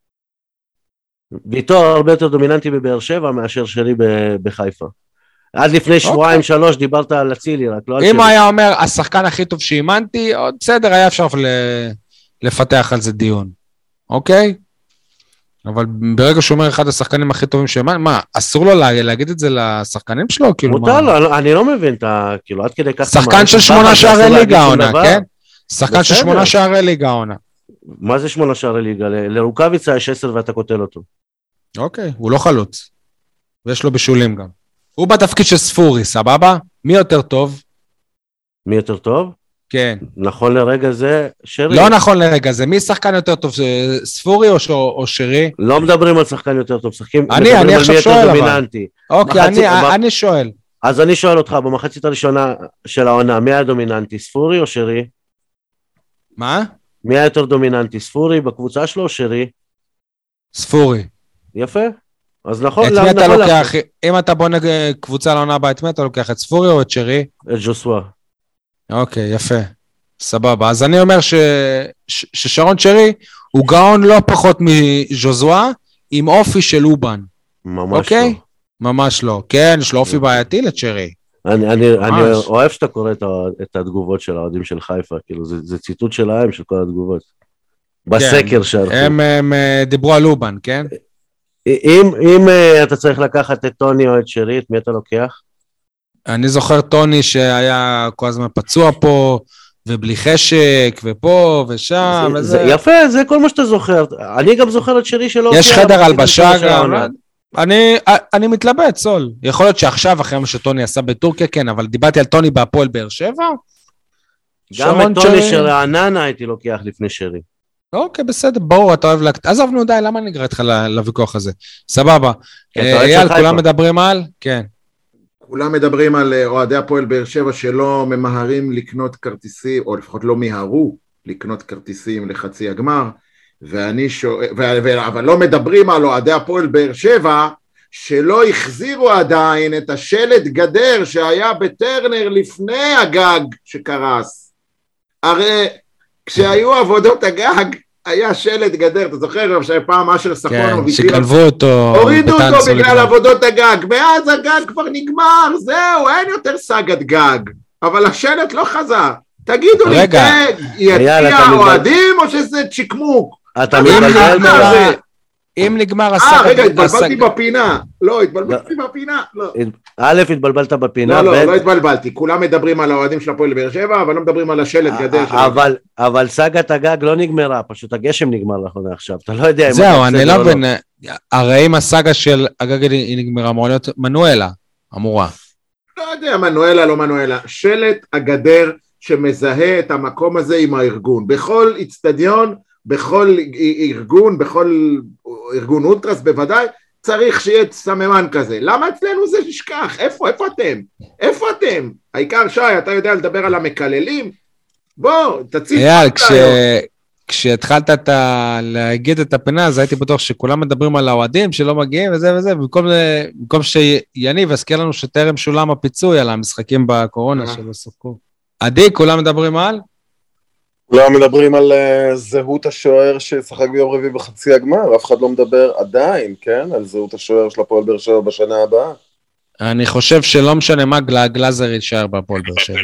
ויטור הרבה יותר דומיננטי בבאר שבע מאשר שלי בחיפה. עד לפני שבועיים שלוש דיברת על הצילי רק, לא על שלי. אם היה אומר, השחקן הכי טוב שאימנתי, עוד בסדר, היה אפשר לפתח על זה דיון. אוקיי? אבל ברגע שהוא אומר אחד השחקנים הכי טובים שאימנתי, מה, אסור לו להגיד את זה לשחקנים שלו? מותר לו, אני לא מבין, כאילו, עד כדי כך... שחקן של שמונה שערי ליגה עונה, כן? שחקן של שמונה שערי ליגה עונה. מה זה שמונה שערי ליגה? לרוקאביצה יש עשר ואתה קוטל אותו. אוקיי, הוא לא חלוץ. ויש לו בשולים גם. הוא בתפקיד של ספורי, סבבה? מי יותר טוב? מי יותר טוב? כן. נכון לרגע זה, שרי. לא נכון לרגע זה, מי שחקן יותר טוב, ספורי או, ש... או שרי? לא מדברים על שחקן יותר טוב, שחקים, אני, אני עכשיו שואל אבל. אוקיי, מחצי, אני, ב... אני שואל. אז אני שואל אותך, במחצית הראשונה של העונה, מי היה דומיננטי, ספורי או שרי? מה? מי היה יותר דומיננטי, ספורי בקבוצה שלו או שרי? ספורי. יפה. אז נכון, את מי אתה לוקח, אם אתה בונה קבוצה לעונה הבאה, את מי אתה לוקח, את ספורי או את שרי? את ג'וסווה. אוקיי, יפה, סבבה. אז אני אומר ש... ש... ששרון שרי הוא גאון לא פחות מז'וזואה, עם אופי של אובן. ממש אוקיי? לא. ממש לא. כן, יש לו אופי בעייתי לצ'רי. אני, אני, אני אוהב שאתה קורא את, את התגובות של האוהדים של חיפה, כאילו זה, זה ציטוט שלהם, של כל התגובות. בסקר כן, שערכו. הם, הם דיברו על אובן, כן? אם, אם אתה צריך לקחת את טוני או את שרי, את מי אתה לוקח? אני זוכר טוני שהיה כל הזמן פצוע פה, ובלי חשק, ופה ושם. זה, וזה... זה, יפה, זה כל מה שאתה זוכר. אני גם זוכר את שרי שלא... יש חדר הלבשה גם. אני, אני מתלבט, סול. יכול להיות שעכשיו, אחרי מה שטוני עשה בטורקיה, כן, אבל דיברתי על טוני בהפועל באר שבע. גם את טוני שרי... של רעננה הייתי לוקח לפני שרי. אוקיי, בסדר, ברור, אתה אוהב להקט... עזבנו די, למה נגרע איתך לוויכוח הזה? סבבה. אייל, כולם מדברים על? כן. כולם מדברים על אוהדי הפועל באר שבע שלא ממהרים לקנות כרטיסים, או לפחות לא מיהרו לקנות כרטיסים לחצי הגמר, ואני שואל, ו... אבל לא מדברים על אוהדי הפועל באר שבע, שלא החזירו עדיין את השלט גדר שהיה בטרנר לפני הגג שקרס. הרי כשהיו עבודות הגג, היה שלט גדר, אתה זוכר שפעם אשר ספונו, כן, שגנבו אותו, הורידו אותו בגלל עבודות הגג, מאז הגג כבר נגמר, זהו, אין יותר סגת גג, אבל השלט לא חזר. תגידו לי, זה יציע אוהדים או שזה צ'יקמוק? אתה מתבלבל, אם נגמר הסגת... אה, רגע, התבלבלתי בפינה. לא, התבלבלתי בפינה. א', התבלבלת בפינה. לא, לא, לא התבלבלתי. כולם מדברים על האוהדים של הפועל באר שבע, אבל לא מדברים על השלט גדר. אבל סגת הגג לא נגמרה, פשוט הגשם נגמר לאחרונה עכשיו. אתה לא יודע... זהו, אני לא מבין. הרי אם הסגה של הגג היא נגמרה, אמורה להיות מנואלה, אמורה. לא יודע, מנואלה, לא מנואלה. שלט הגדר שמזהה את המקום הזה עם הארגון. בכל אצטדיון, בכל ארגון, בכל ארגון אולטרס בוודאי, צריך שיהיה סממן כזה. למה אצלנו זה נשכח? איפה, איפה אתם? איפה אתם? העיקר שי, אתה יודע לדבר על המקללים? בוא, תציץ. אייל, כש... כשהתחלת את ה... להגיד את הפינה, אז הייתי בטוח שכולם מדברים על האוהדים שלא מגיעים וזה וזה, במקום, במקום שיניב, הזכיר לנו שטרם שולם הפיצוי על המשחקים בקורונה שלא סופקו. עדי, כולם מדברים על? כולם מדברים על uh, זהות השוער ששחק ביום רביעי בחצי הגמר, אף אחד לא מדבר עדיין, כן? על זהות השוער של הפועל באר שבע בשנה הבאה. אני חושב שלא משנה מה, גלאזר יישאר בהפועל באר שבע.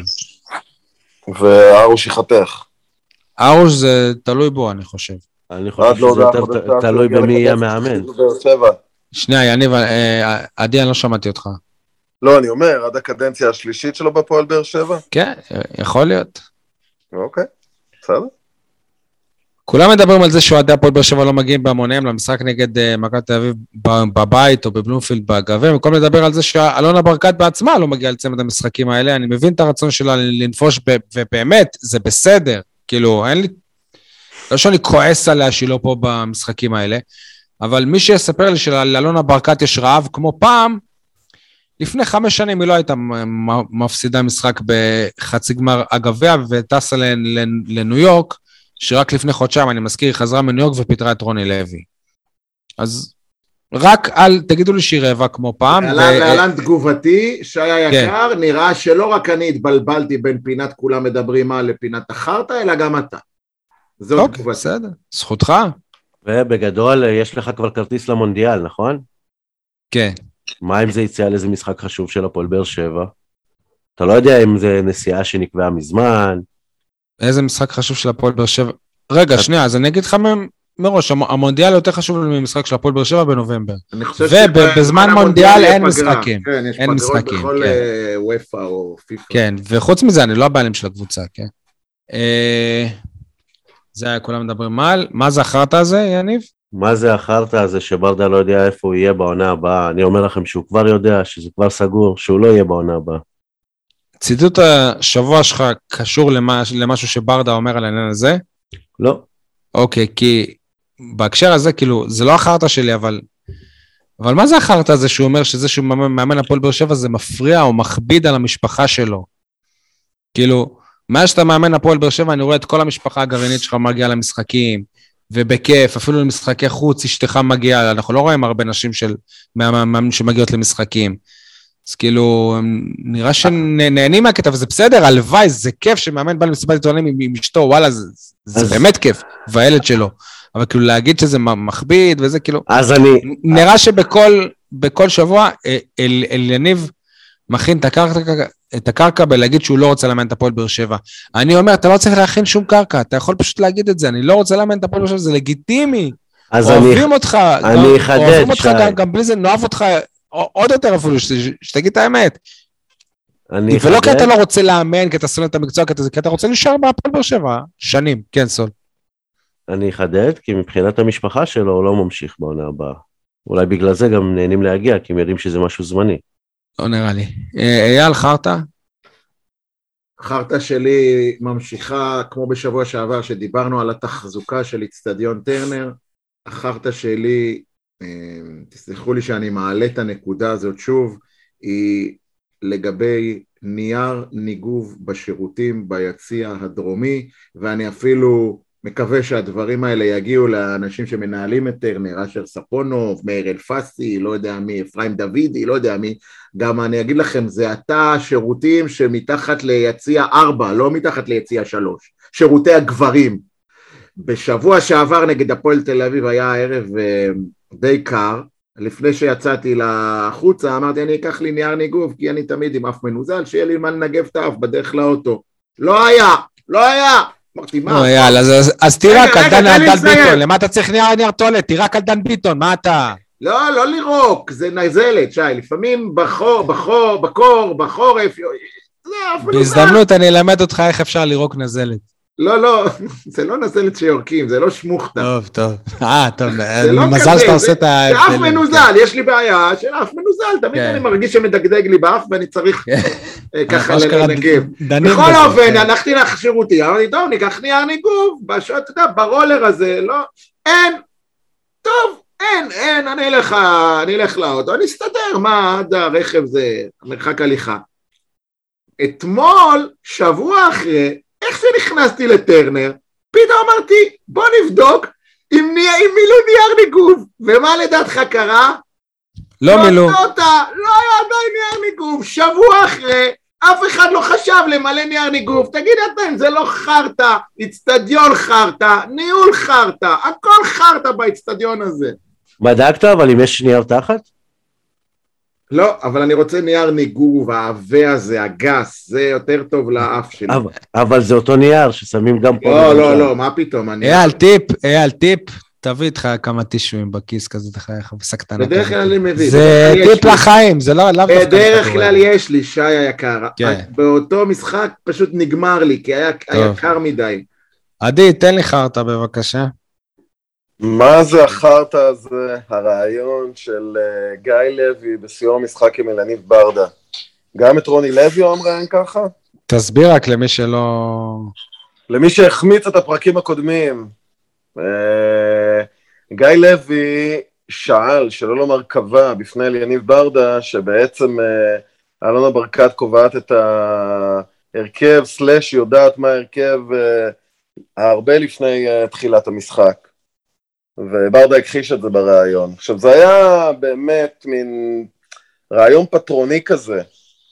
וארוש יחתך. ארוש זה תלוי בו, אני חושב. אני חושב שזה יותר תלוי במי יהיה המאמן. שנייה, יניב, עדי, אני לא שמעתי אותך. לא, אני אומר, עד הקדנציה השלישית שלו בפועל באר שבע? כן, יכול להיות. אוקיי, בסדר. כולם מדברים על זה שאוהדי הפועל באר שבע לא מגיעים בהמוניהם למשחק נגד מכבי תל אביב בבית או בבלומפילד בגביע, במקום לדבר על זה שאלונה ברקת בעצמה לא מגיעה לצמד המשחקים האלה, אני מבין את הרצון שלה לנפוש, ובאמת, זה בסדר, כאילו, אין לי, לא שאני כועס עליה שהיא לא פה במשחקים האלה, אבל מי שיספר לי שלאלונה ברקת יש רעב כמו פעם, לפני חמש שנים היא לא הייתה מפסידה משחק בחצי גמר הגביע, וטסה לניו יורק, שרק לפני חודשיים, אני מזכיר, היא חזרה מניו יורק ופיתרה את רוני לוי. אז רק אל, תגידו לי שהיא רעבה כמו פעם. להלן תגובתי, שי יקר, נראה שלא רק אני התבלבלתי בין פינת כולם מדברים מה לפינת החרטא, אלא גם אתה. זאת תגובתי. בסדר, זכותך. ובגדול, יש לך כבר כרטיס למונדיאל, נכון? כן. מה אם זה יציאה לאיזה משחק חשוב של הפועל באר שבע? אתה לא יודע אם זה נסיעה שנקבעה מזמן. איזה משחק חשוב של הפועל באר שבע? רגע, שנייה, אז אני אגיד לך מראש, המונדיאל יותר חשוב ממשחק של הפועל באר שבע בנובמבר. ובזמן מונדיאל אין משחקים. אין משחקים, כן. בכל וופא או פיפא. כן, וחוץ מזה, אני לא הבעלים של הקבוצה, כן. זה היה כולם מדברים מעל. מה זה החרטא הזה, יניב? מה זה החרטא הזה שברדה לא יודע איפה הוא יהיה בעונה הבאה? אני אומר לכם שהוא כבר יודע, שזה כבר סגור, שהוא לא יהיה בעונה הבאה. ציטוט השבוע שלך קשור למשהו שברדה אומר על העניין הזה? לא. אוקיי, כי בהקשר הזה, כאילו, זה לא החרטא שלי, אבל, אבל מה זה החרטא הזה שהוא אומר שזה שהוא מאמן הפועל באר שבע, זה מפריע או מכביד על המשפחה שלו? כאילו, מה שאתה מאמן הפועל באר שבע, אני רואה את כל המשפחה הגרעינית שלך מגיעה למשחקים, ובכיף, אפילו למשחקי חוץ, אשתך מגיעה, אנחנו לא רואים הרבה נשים של מאמנים שמגיעות למשחקים. אז כאילו, נראה שנהנים מהקטע, וזה בסדר, הלוואי, זה כיף שמאמן בא למסיבת עיתונאים עם אשתו, וואלה, זה, זה באמת כיף, והילד שלו. אבל כאילו להגיד שזה מכביד, וזה כאילו, אז אני... נראה שבכל בכל שבוע, אל, אל יניב מכין את הקרקע, את הקרקע בלהגיד שהוא לא רוצה לאמן את הפועל באר שבע. אני אומר, אתה לא צריך להכין שום קרקע, אתה יכול פשוט להגיד את זה, אני לא רוצה לאמן את הפועל באר שבע, זה לגיטימי. אוהבים אותך, אני אחדד, אוהבים אותך גם, גם בלי זה, נאהב אותך עוד יותר אפילו, שתגיד את האמת. ולא כי אתה לא רוצה לאמן, כי אתה שונא את המקצוע, כי אתה רוצה להישאר בהפועל באר שבע, שנים, כן סול. אני אחדד, כי מבחינת המשפחה שלו, הוא לא ממשיך בעונה הבאה. אולי בגלל זה גם נהנים להגיע, כי הם יודעים שזה משהו זמני. לא נראה לי. אייל, חרטא? חרטא שלי ממשיכה, כמו בשבוע שעבר, שדיברנו על התחזוקה של אצטדיון טרנר, החרטא שלי, תסלחו לי שאני מעלה את הנקודה הזאת שוב, היא לגבי נייר ניגוב בשירותים ביציע הדרומי, ואני אפילו מקווה שהדברים האלה יגיעו לאנשים שמנהלים את טרנר, אשר ספונוב, מאיר אלפסי, לא יודע מי, אפרים דוידי, לא יודע מי, גם אני אגיד לכם, זה עתה שירותים שמתחת ליציע ארבע, לא מתחת ליציע שלוש, שירותי הגברים. בשבוע שעבר נגד הפועל תל אביב היה הערב די קר, לפני שיצאתי לחוצה, אמרתי אני אקח לי נייר ניגוב, כי אני תמיד עם אף מנוזל, שיהיה לי מה לנגב את האף בדרך לאוטו. לא היה, לא היה. אמרתי, מה? אז תירק על דן ביטון, למה אתה צריך נייר טולט? תירק על דן ביטון, מה אתה? לא, לא לירוק, זה נזלת, שי, לפעמים בחור, בחור, בקור, בחורף, בהזדמנות אני אלמד אותך איך אפשר לירוק נזלת. לא, לא, זה לא נזלת שיורקים, זה לא שמוכתה. טוב, טוב. אה, טוב, מזל שאתה עושה את ה... זה אף מנוזל, יש לי בעיה של אף מנוזל, תמיד אני מרגיש שמדגדג לי באף ואני צריך ככה לנגב. בכל אופן, הלכתי לך שירותי, אמרתי, טוב, ניקח נייר ניגוב, בשעות, אתה יודע, ברולר הזה, לא, אין, טוב, אין, אין, אני אלך, אני אלך לאוטו, אני אסתדר, מה, עד הרכב זה מרחק הליכה. אתמול, שבוע אחרי, איך שנכנסתי לטרנר, פתאום אמרתי, בוא נבדוק אם מילאו נייר ניגוב, ומה לדעתך קרה? לא מילאו. לא היה עדיין נייר ניגוב, שבוע אחרי, אף אחד לא חשב למלא נייר ניגוב, תגיד אתם, זה לא חרטה, אצטדיון חרטה, ניהול חרטה, הכל חרטה באצטדיון הזה. בדקת, אבל אם יש נייר תחת? לא, אבל אני רוצה נייר ניגוב, העווה הזה, הגס, זה יותר טוב לאף שלי. אבל, אבל זה אותו נייר ששמים גם פה. לא, לא, לא, מה פתאום? אייל, טיפ, אייל, טיפ, תביא איתך כמה טישויים בכיס כזה, תחייך, בסקטנה. בדרך כלל אני מביא. זה טיפ לחיים, זה לא... בדרך כלל יש לי, שי היקר. באותו משחק פשוט נגמר לי, כי היה יקר מדי. עדי, תן לי חרטה בבקשה. מה זה החרטה הזה, הרעיון של uh, גיא לוי בסיום המשחק עם אלניב ברדה? גם את רוני לוי אומרים ככה? תסביר רק למי שלא... למי שהחמיץ את הפרקים הקודמים. Uh, גיא לוי שאל, שלא לומר קבע, בפני אלניב ברדה, שבעצם uh, אלונה ברקת קובעת את ההרכב, סלש יודעת מה ההרכב uh, הרבה לפני uh, תחילת המשחק. וברדה הכחיש את זה ברעיון. עכשיו, זה היה באמת מין רעיון פטרוני כזה,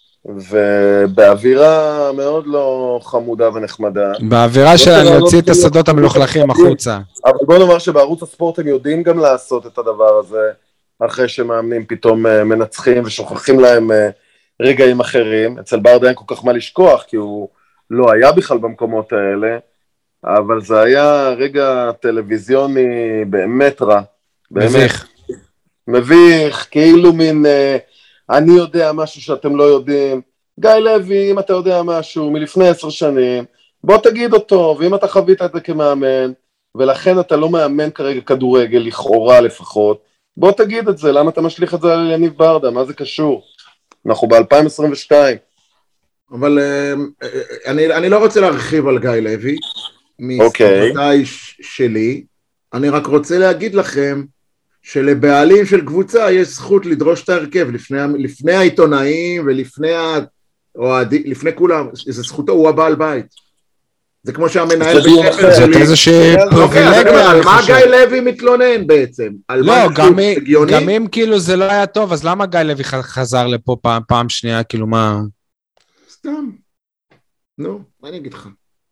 ובאווירה מאוד לא חמודה ונחמדה. באווירה שלה להוציא את השדות המלוכלכים החוצה. אבל בוא נאמר שבערוץ הספורט הם יודעים גם לעשות את הדבר הזה, אחרי שמאמנים פתאום מנצחים ושוכחים להם רגעים אחרים. אצל ברדה אין כל כך מה לשכוח, כי הוא לא היה בכלל במקומות האלה, אבל זה היה רגע טלוויזיוני באמת רע. מביך. מביך, כאילו מין, אני יודע משהו שאתם לא יודעים. גיא לוי, אם אתה יודע משהו מלפני עשר שנים, בוא תגיד אותו, ואם אתה חווית את זה כמאמן, ולכן אתה לא מאמן כרגע כדורגל, לכאורה לפחות, בוא תגיד את זה, למה אתה משליך את זה על יניב ברדה, מה זה קשור? אנחנו ב-אלפיים עשרים ושתיים. אבל אני, אני לא רוצה להרחיב על גיא לוי, מסתכלתי שלי, אני רק רוצה להגיד לכם, שלבעלים של קבוצה יש זכות לדרוש את ההרכב, לפני, לפני העיתונאים ולפני האוהדים, לפני כולם, זה זכותו, הוא הבעל בית. זה כמו שהמנהל בספר שלי. זה איזושהי פריבילגיה. על מה גיא לוי מתלונן בעצם? לא, גם אם כאילו זה לא היה טוב, אז למה גיא לוי חזר לפה פעם שנייה, כאילו מה? סתם. נו, מה אני אגיד לך?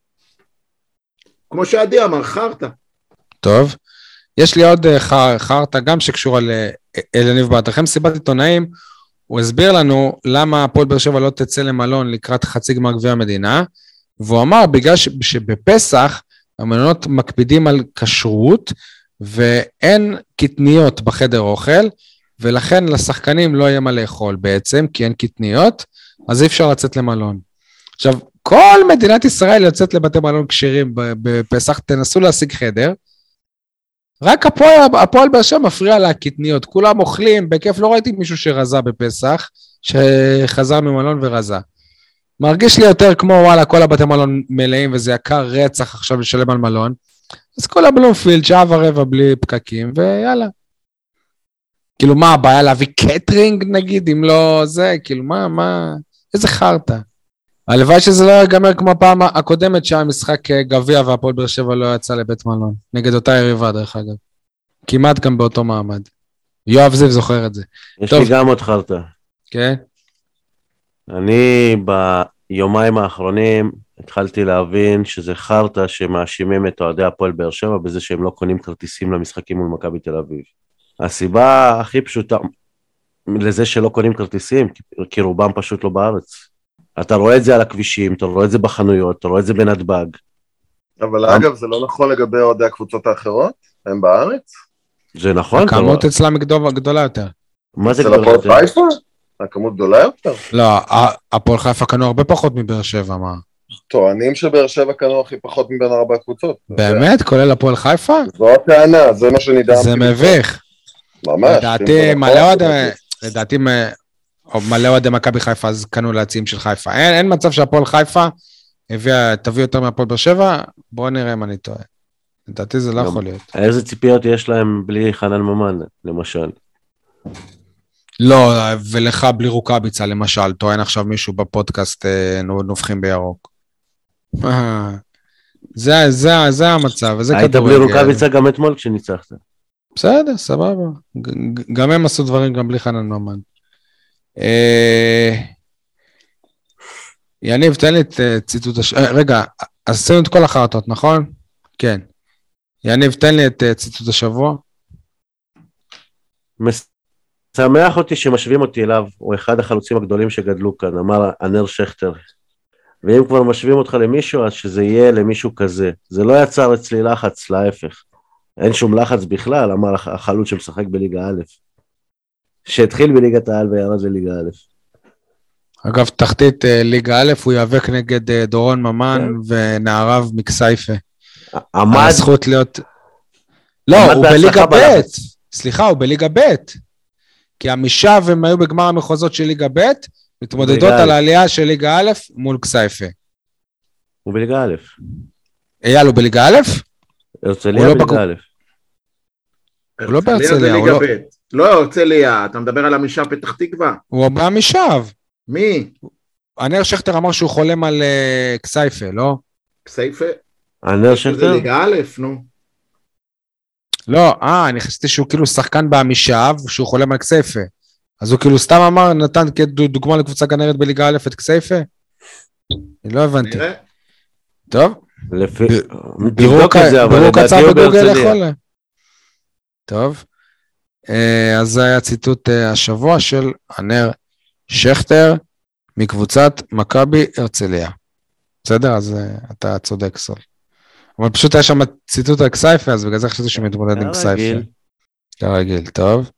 כמו שעדי אמר, חרטה. טוב. יש לי עוד חרטה גם שקשורה לאלניב ברדה. אחרי מסיבת עיתונאים, הוא הסביר לנו למה הפועל באר שבע לא תצא למלון לקראת חצי גמר גביע המדינה, והוא אמר בגלל שבפסח המלונות מקפידים על כשרות, ואין קטניות בחדר אוכל, ולכן לשחקנים לא יהיה מה לאכול בעצם, כי אין קטניות, אז אי אפשר לצאת למלון. עכשיו, כל מדינת ישראל יוצאת לבתי מלון כשרים בפסח, תנסו להשיג חדר, רק הפועל באר שבע מפריע לה קטניות, כולם אוכלים, בכיף לא ראיתי מישהו שרזה בפסח, שחזר ממלון ורזה. מרגיש לי יותר כמו וואלה, כל הבתי מלון מלאים, וזה יקר רצח עכשיו לשלם על מלון, אז כל הבלומפילד, שעה ורבע בלי פקקים, ויאללה. כאילו מה, הבעיה להביא קטרינג נגיד, אם לא זה, כאילו מה, מה, איזה חרטה. הלוואי שזה לא יגמר כמו הפעם הקודמת שהמשחק גביע והפועל באר שבע לא יצא לבית מלון. נגד אותה יריבה דרך אגב. כמעט גם באותו מעמד. יואב זיו זוכר את זה. יש טוב. לי גם עוד חרטה. כן? אני ביומיים האחרונים התחלתי להבין שזה חרטה שמאשימים את אוהדי הפועל באר שבע בזה שהם לא קונים כרטיסים למשחקים מול מכבי תל אביב. הסיבה הכי פשוטה לזה שלא קונים כרטיסים, כי רובם פשוט לא בארץ. אתה רואה את זה על הכבישים, אתה רואה את זה בחנויות, אתה רואה את זה בנתב"ג. אבל אגב, זה לא נכון לגבי אוהדי הקבוצות האחרות? הם בארץ? זה נכון. הכמות אצלם גדולה יותר. מה זה גדולה יותר? הפועל חיפה? הכמות גדולה יותר? לא, הפועל חיפה קנו הרבה פחות מבאר שבע, מה? טוענים שבאר שבע קנו הכי פחות מבין ארבע הקבוצות. באמת? כולל הפועל חיפה? זו הטענה, זה מה שנדעתי. זה מביך. ממש. לדעתי, מלא אוהדים, לדעתי, או מלא אוהדי מכבי חיפה, אז קנו להציעים של חיפה. אין, אין מצב שהפועל חיפה הביאה, תביא יותר מהפועל באר שבע, בואו נראה אם אני טועה. לדעתי זה לא יכול להיות. איזה ציפיות יש להם בלי חנן ממן, למשל? לא, ולך בלי רוקאביצה, למשל, טוען עכשיו מישהו בפודקאסט נובחים בירוק. זה, זה, זה המצב, וזה היית בלי רוקאביצה גם אתמול כשניצחת. בסדר, סבבה. גם הם עשו דברים גם בלי חנן ממן. יניב, תן לי את ציטוט הש... רגע, אז עשינו את כל החרטות, נכון? כן. יניב, תן לי את ציטוט השבוע. משמח אותי שמשווים אותי אליו, הוא אחד החלוצים הגדולים שגדלו כאן, אמר ענר שכטר. ואם כבר משווים אותך למישהו, אז שזה יהיה למישהו כזה. זה לא יצר אצלי לחץ, להפך. אין שום לחץ בכלל, אמר החלוץ שמשחק בליגה א', שהתחיל בליגת העל וירד לליגה א'. אגב, תחתית ליגה א', הוא יאבק נגד דורון ממן ונערב מקסייפה. עמד... על הזכות להיות... לא, הוא בליגה ב', סליחה, הוא בליגה ב', כי המשב הם היו בגמר המחוזות של ליגה ב', מתמודדות על העלייה של ליגה א' מול קסייפה. הוא בליגה א'. אייל, הוא בליגה א'? הרצליה בליגה א'. הוא לא בהרצליה, הוא לא... לא, הרצליה, אתה מדבר על המשב פתח תקווה. הוא במשב. מי? ענר שכטר אמר שהוא חולם על קסייפה, לא? קסייפה? ענר שכטר? זה ליגה א', נו. לא, אה, אני חשבתי שהוא כאילו שחקן במשב, שהוא חולם על קסייפה. אז הוא כאילו סתם אמר, נתן כדוגמה לקבוצה גנרת בליגה א' את קסייפה? אני לא הבנתי. טוב. בירור קצר בגוגל יכול. טוב. אז זה היה ציטוט השבוע של ענר שכטר מקבוצת מכבי הרצליה. בסדר? אז אתה צודק סול. אבל פשוט היה שם ציטוט על קסייפה, אז בגלל זה חשבתי שהוא מתמודד עם קסייפה. כרגיל, טוב.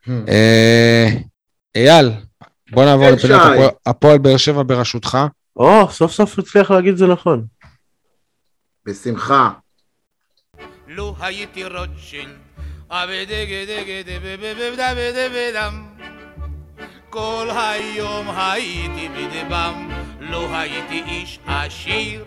אייל, בוא נעבור לפינת הפועל באר שבע בראשותך. או, סוף סוף הצליח להגיד זה נכון. בשמחה. לו הייתי רוטשילד, כל היום הייתי בדבם, לא הייתי איש עשיר.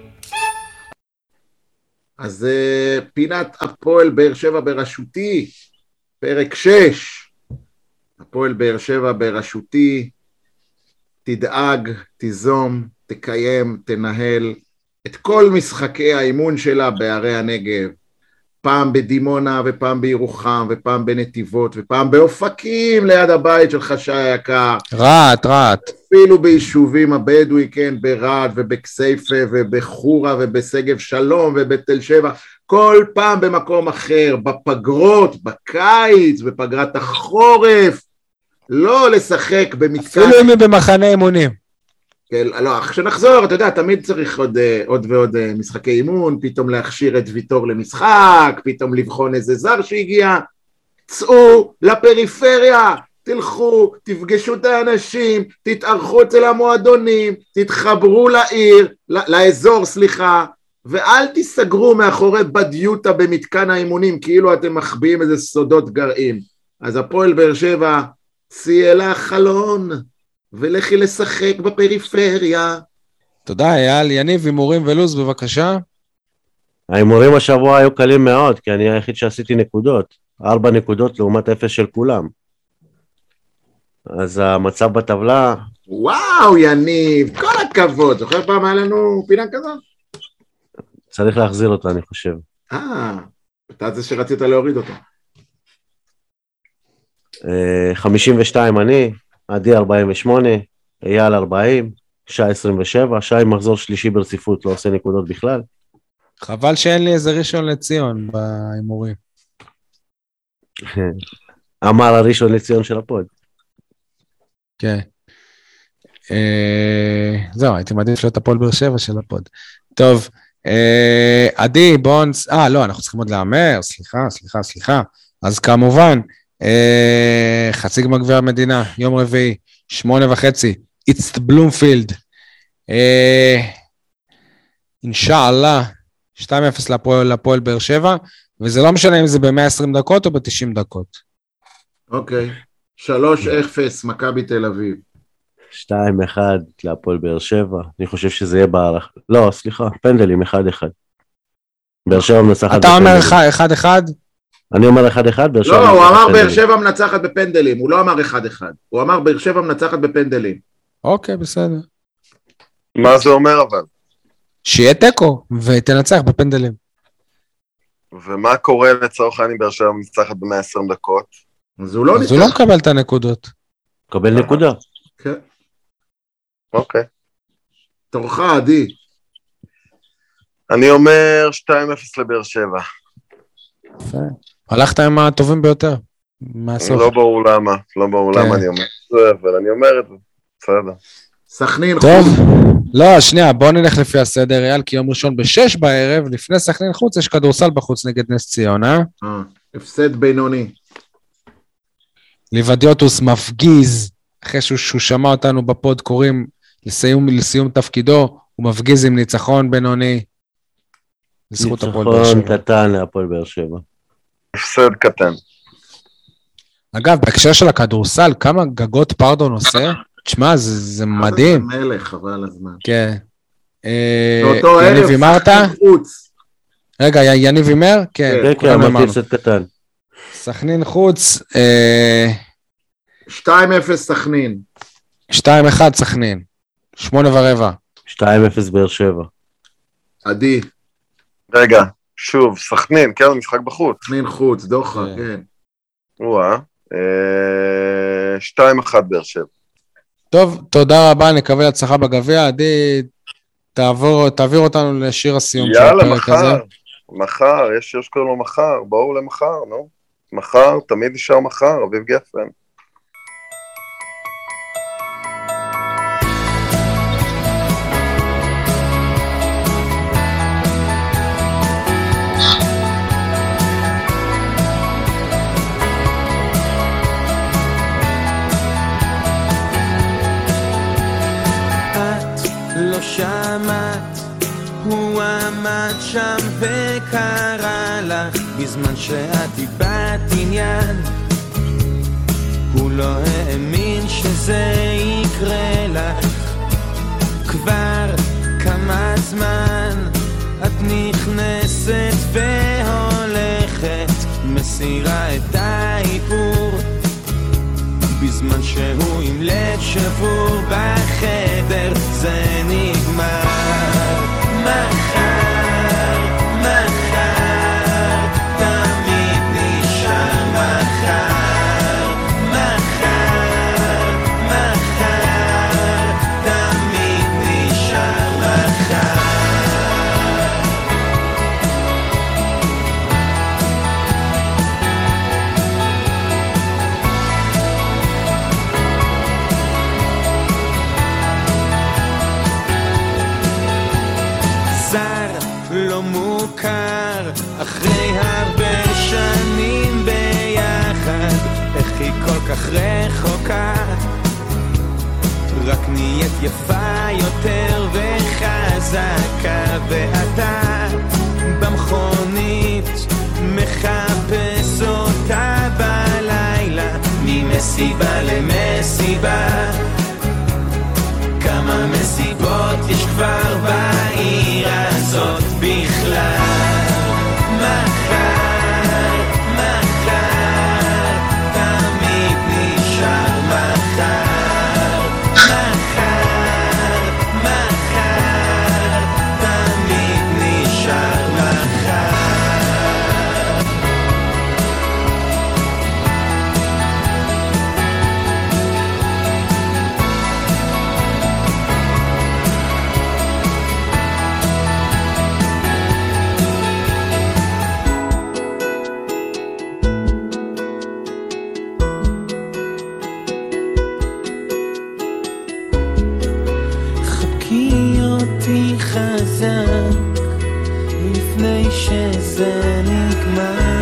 אז פינת הפועל באר שבע בראשותי, פרק שש. הפועל באר שבע בראשותי, תדאג, תיזום, תקיים, תנהל את כל משחקי האימון שלה בערי הנגב, פעם בדימונה ופעם בירוחם ופעם בנתיבות ופעם באופקים ליד הבית של חשי היקר. רעת, רעת. אפילו ביישובים הבדואי, כן, ברעד ובכסייפה ובחורה ובסגב שלום ובתל שבע, כל פעם במקום אחר, בפגרות, בקיץ, בפגרת החורף, לא לשחק במתקן. אפילו אם היא במחנה אימונים. כן, לא, כשנחזור, אתה יודע, תמיד צריך עוד, עוד ועוד משחקי אימון, פתאום להכשיר את ויטור למשחק, פתאום לבחון איזה זר שהגיע, צאו לפריפריה, תלכו, תפגשו את האנשים, תתארחו אצל המועדונים, תתחברו לעיר, לאזור, סליחה, ואל תיסגרו מאחורי בדיוטה במתקן האימונים, כאילו אתם מחביאים איזה סודות גרעין. אז הפועל באר שבע, צאי אל החלון, ולכי לשחק בפריפריה. תודה, אייל. יניב, הימורים ולוז, בבקשה. ההימורים השבוע היו קלים מאוד, כי אני היחיד שעשיתי נקודות. ארבע נקודות לעומת אפס של כולם. אז המצב בטבלה... וואו, יניב, כל הכבוד. זוכר פעם היה לנו פינה כזאת? צריך להחזיר אותה, אני חושב. אה, אתה זה שרצית להוריד אותו. חמישים ושתיים אני, עדי ארבעים ושמונה, אייל ארבעים, שי עשרים ושבע, שי מחזור שלישי ברציפות, לא עושה נקודות בכלל. חבל שאין לי איזה ראשון לציון בהימורים. אמר הראשון לציון של הפוד. כן. זהו, הייתי מעדיף להיות הפועל באר שבע של הפוד. טוב, עדי, בונס, אה, לא, אנחנו צריכים עוד לאמר, סליחה, סליחה, סליחה. אז כמובן, חצי גמר גביע המדינה, יום רביעי, שמונה וחצי, it's the בלומפילד. אינשאללה, שתיים אפס לפועל באר שבע, וזה לא משנה אם זה ב-מאה ועשרים דקות או ב-תשעים דקות. אוקיי, שלוש אפס, מכבי תל אביב. שתיים אחד לפועל באר שבע, אני חושב שזה יהיה בערך, לא, סליחה, פנדלים אחד אחד. באר שבע מנצחת אתה אומר אחד אחד? אני אומר אחד אחד, באר שבע לא, הוא אמר באר שבע מנצחת בפנדלים, הוא לא אמר אחד אחד, הוא אמר באר שבע מנצחת בפנדלים. אוקיי, בסדר. מה זה אומר אבל? שיהיה תיקו, ותנצח בפנדלים. ומה קורה לצורך העניין באר שבע מנצחת ב-מאה ועשרים דקות? אז הוא לא אז הוא לא מקבל את הנקודות. קבל נקודה. כן. אוקיי. תורך, עדי. אני אומר שתיים אפס לבאר שבע. יפה. הלכת עם הטובים ביותר. מהסוף. לא ברור למה, לא ברור למה אני אומר את זה, אבל אני אומר את זה. בסדר. סכנין טוב. חוץ. לא, שנייה, בוא נלך לפי הסדר, ריאל, כי יום ראשון בשש בערב, לפני סכנין חוץ, יש כדורסל בחוץ נגד נס ציונה. אה, הפסד בינוני. ליבדיוטוס מפגיז, אחרי שהוא, שהוא שמע אותנו בפוד, קוראים לסיום, לסיום תפקידו, הוא מפגיז עם ניצחון בינוני. לזכות הפועל באר שבע. ניצחון קטן להפועל באר שבע. הפסד קטן. אגב, בהקשר של הכדורסל, כמה גגות פרדון עושה? תשמע, זה, זה מדהים. זה מלך, חבל הזמן. כן. באותו יניב ערב, אמרת? סכנין חוץ. רגע, יניב אמר? כן. כן, כן, אמרתי הפסד קטן. סכנין חוץ, שתיים אפס סכנין. שתיים אחד סכנין. שמונה ורבע. שתיים אפס באר שבע. עדי. רגע, שוב, סכנין, כן, משחק בחוץ. סכנין חוץ, דוחה, כן. וואה. שתיים אחת באר שבע. טוב, תודה רבה, נקווה להצלחה בגביע. עדי, תעבור, תעביר אותנו לשיר הסיום של הפרק הזה. יאללה, מחר, מחר, יש שיר שקוראים לו מחר, בואו למחר, נו. מחר, תמיד נשאר מחר, אביב גפן. לא שמעת, הוא עמד שם וקרא לך בזמן שאת איבדת עניין. הוא לא האמין שזה יקרה לך. כבר כמה זמן את נכנסת והולכת, מסירה את האיפור בזמן שהוא עם לב שבור בחדר. זה נגמר מחר, מחר, תמיד נשאר מחר, מחר, מחר, תמיד נשאר מחר. לא מוכר, אחרי הרבה שנים ביחד, איך היא כל כך רחוקה, רק נהיית יפה יותר וחזקה, ואתה במכונית מחפש אותה בלילה, ממסיבה למסיבה. כמה מסיבות יש כבר בעיר הזאת בכלל. מחר, מחר, תמיד נשאר מחר. מחר, מחר, תמיד נשאר מחר. חזק לפני שזה נגמר.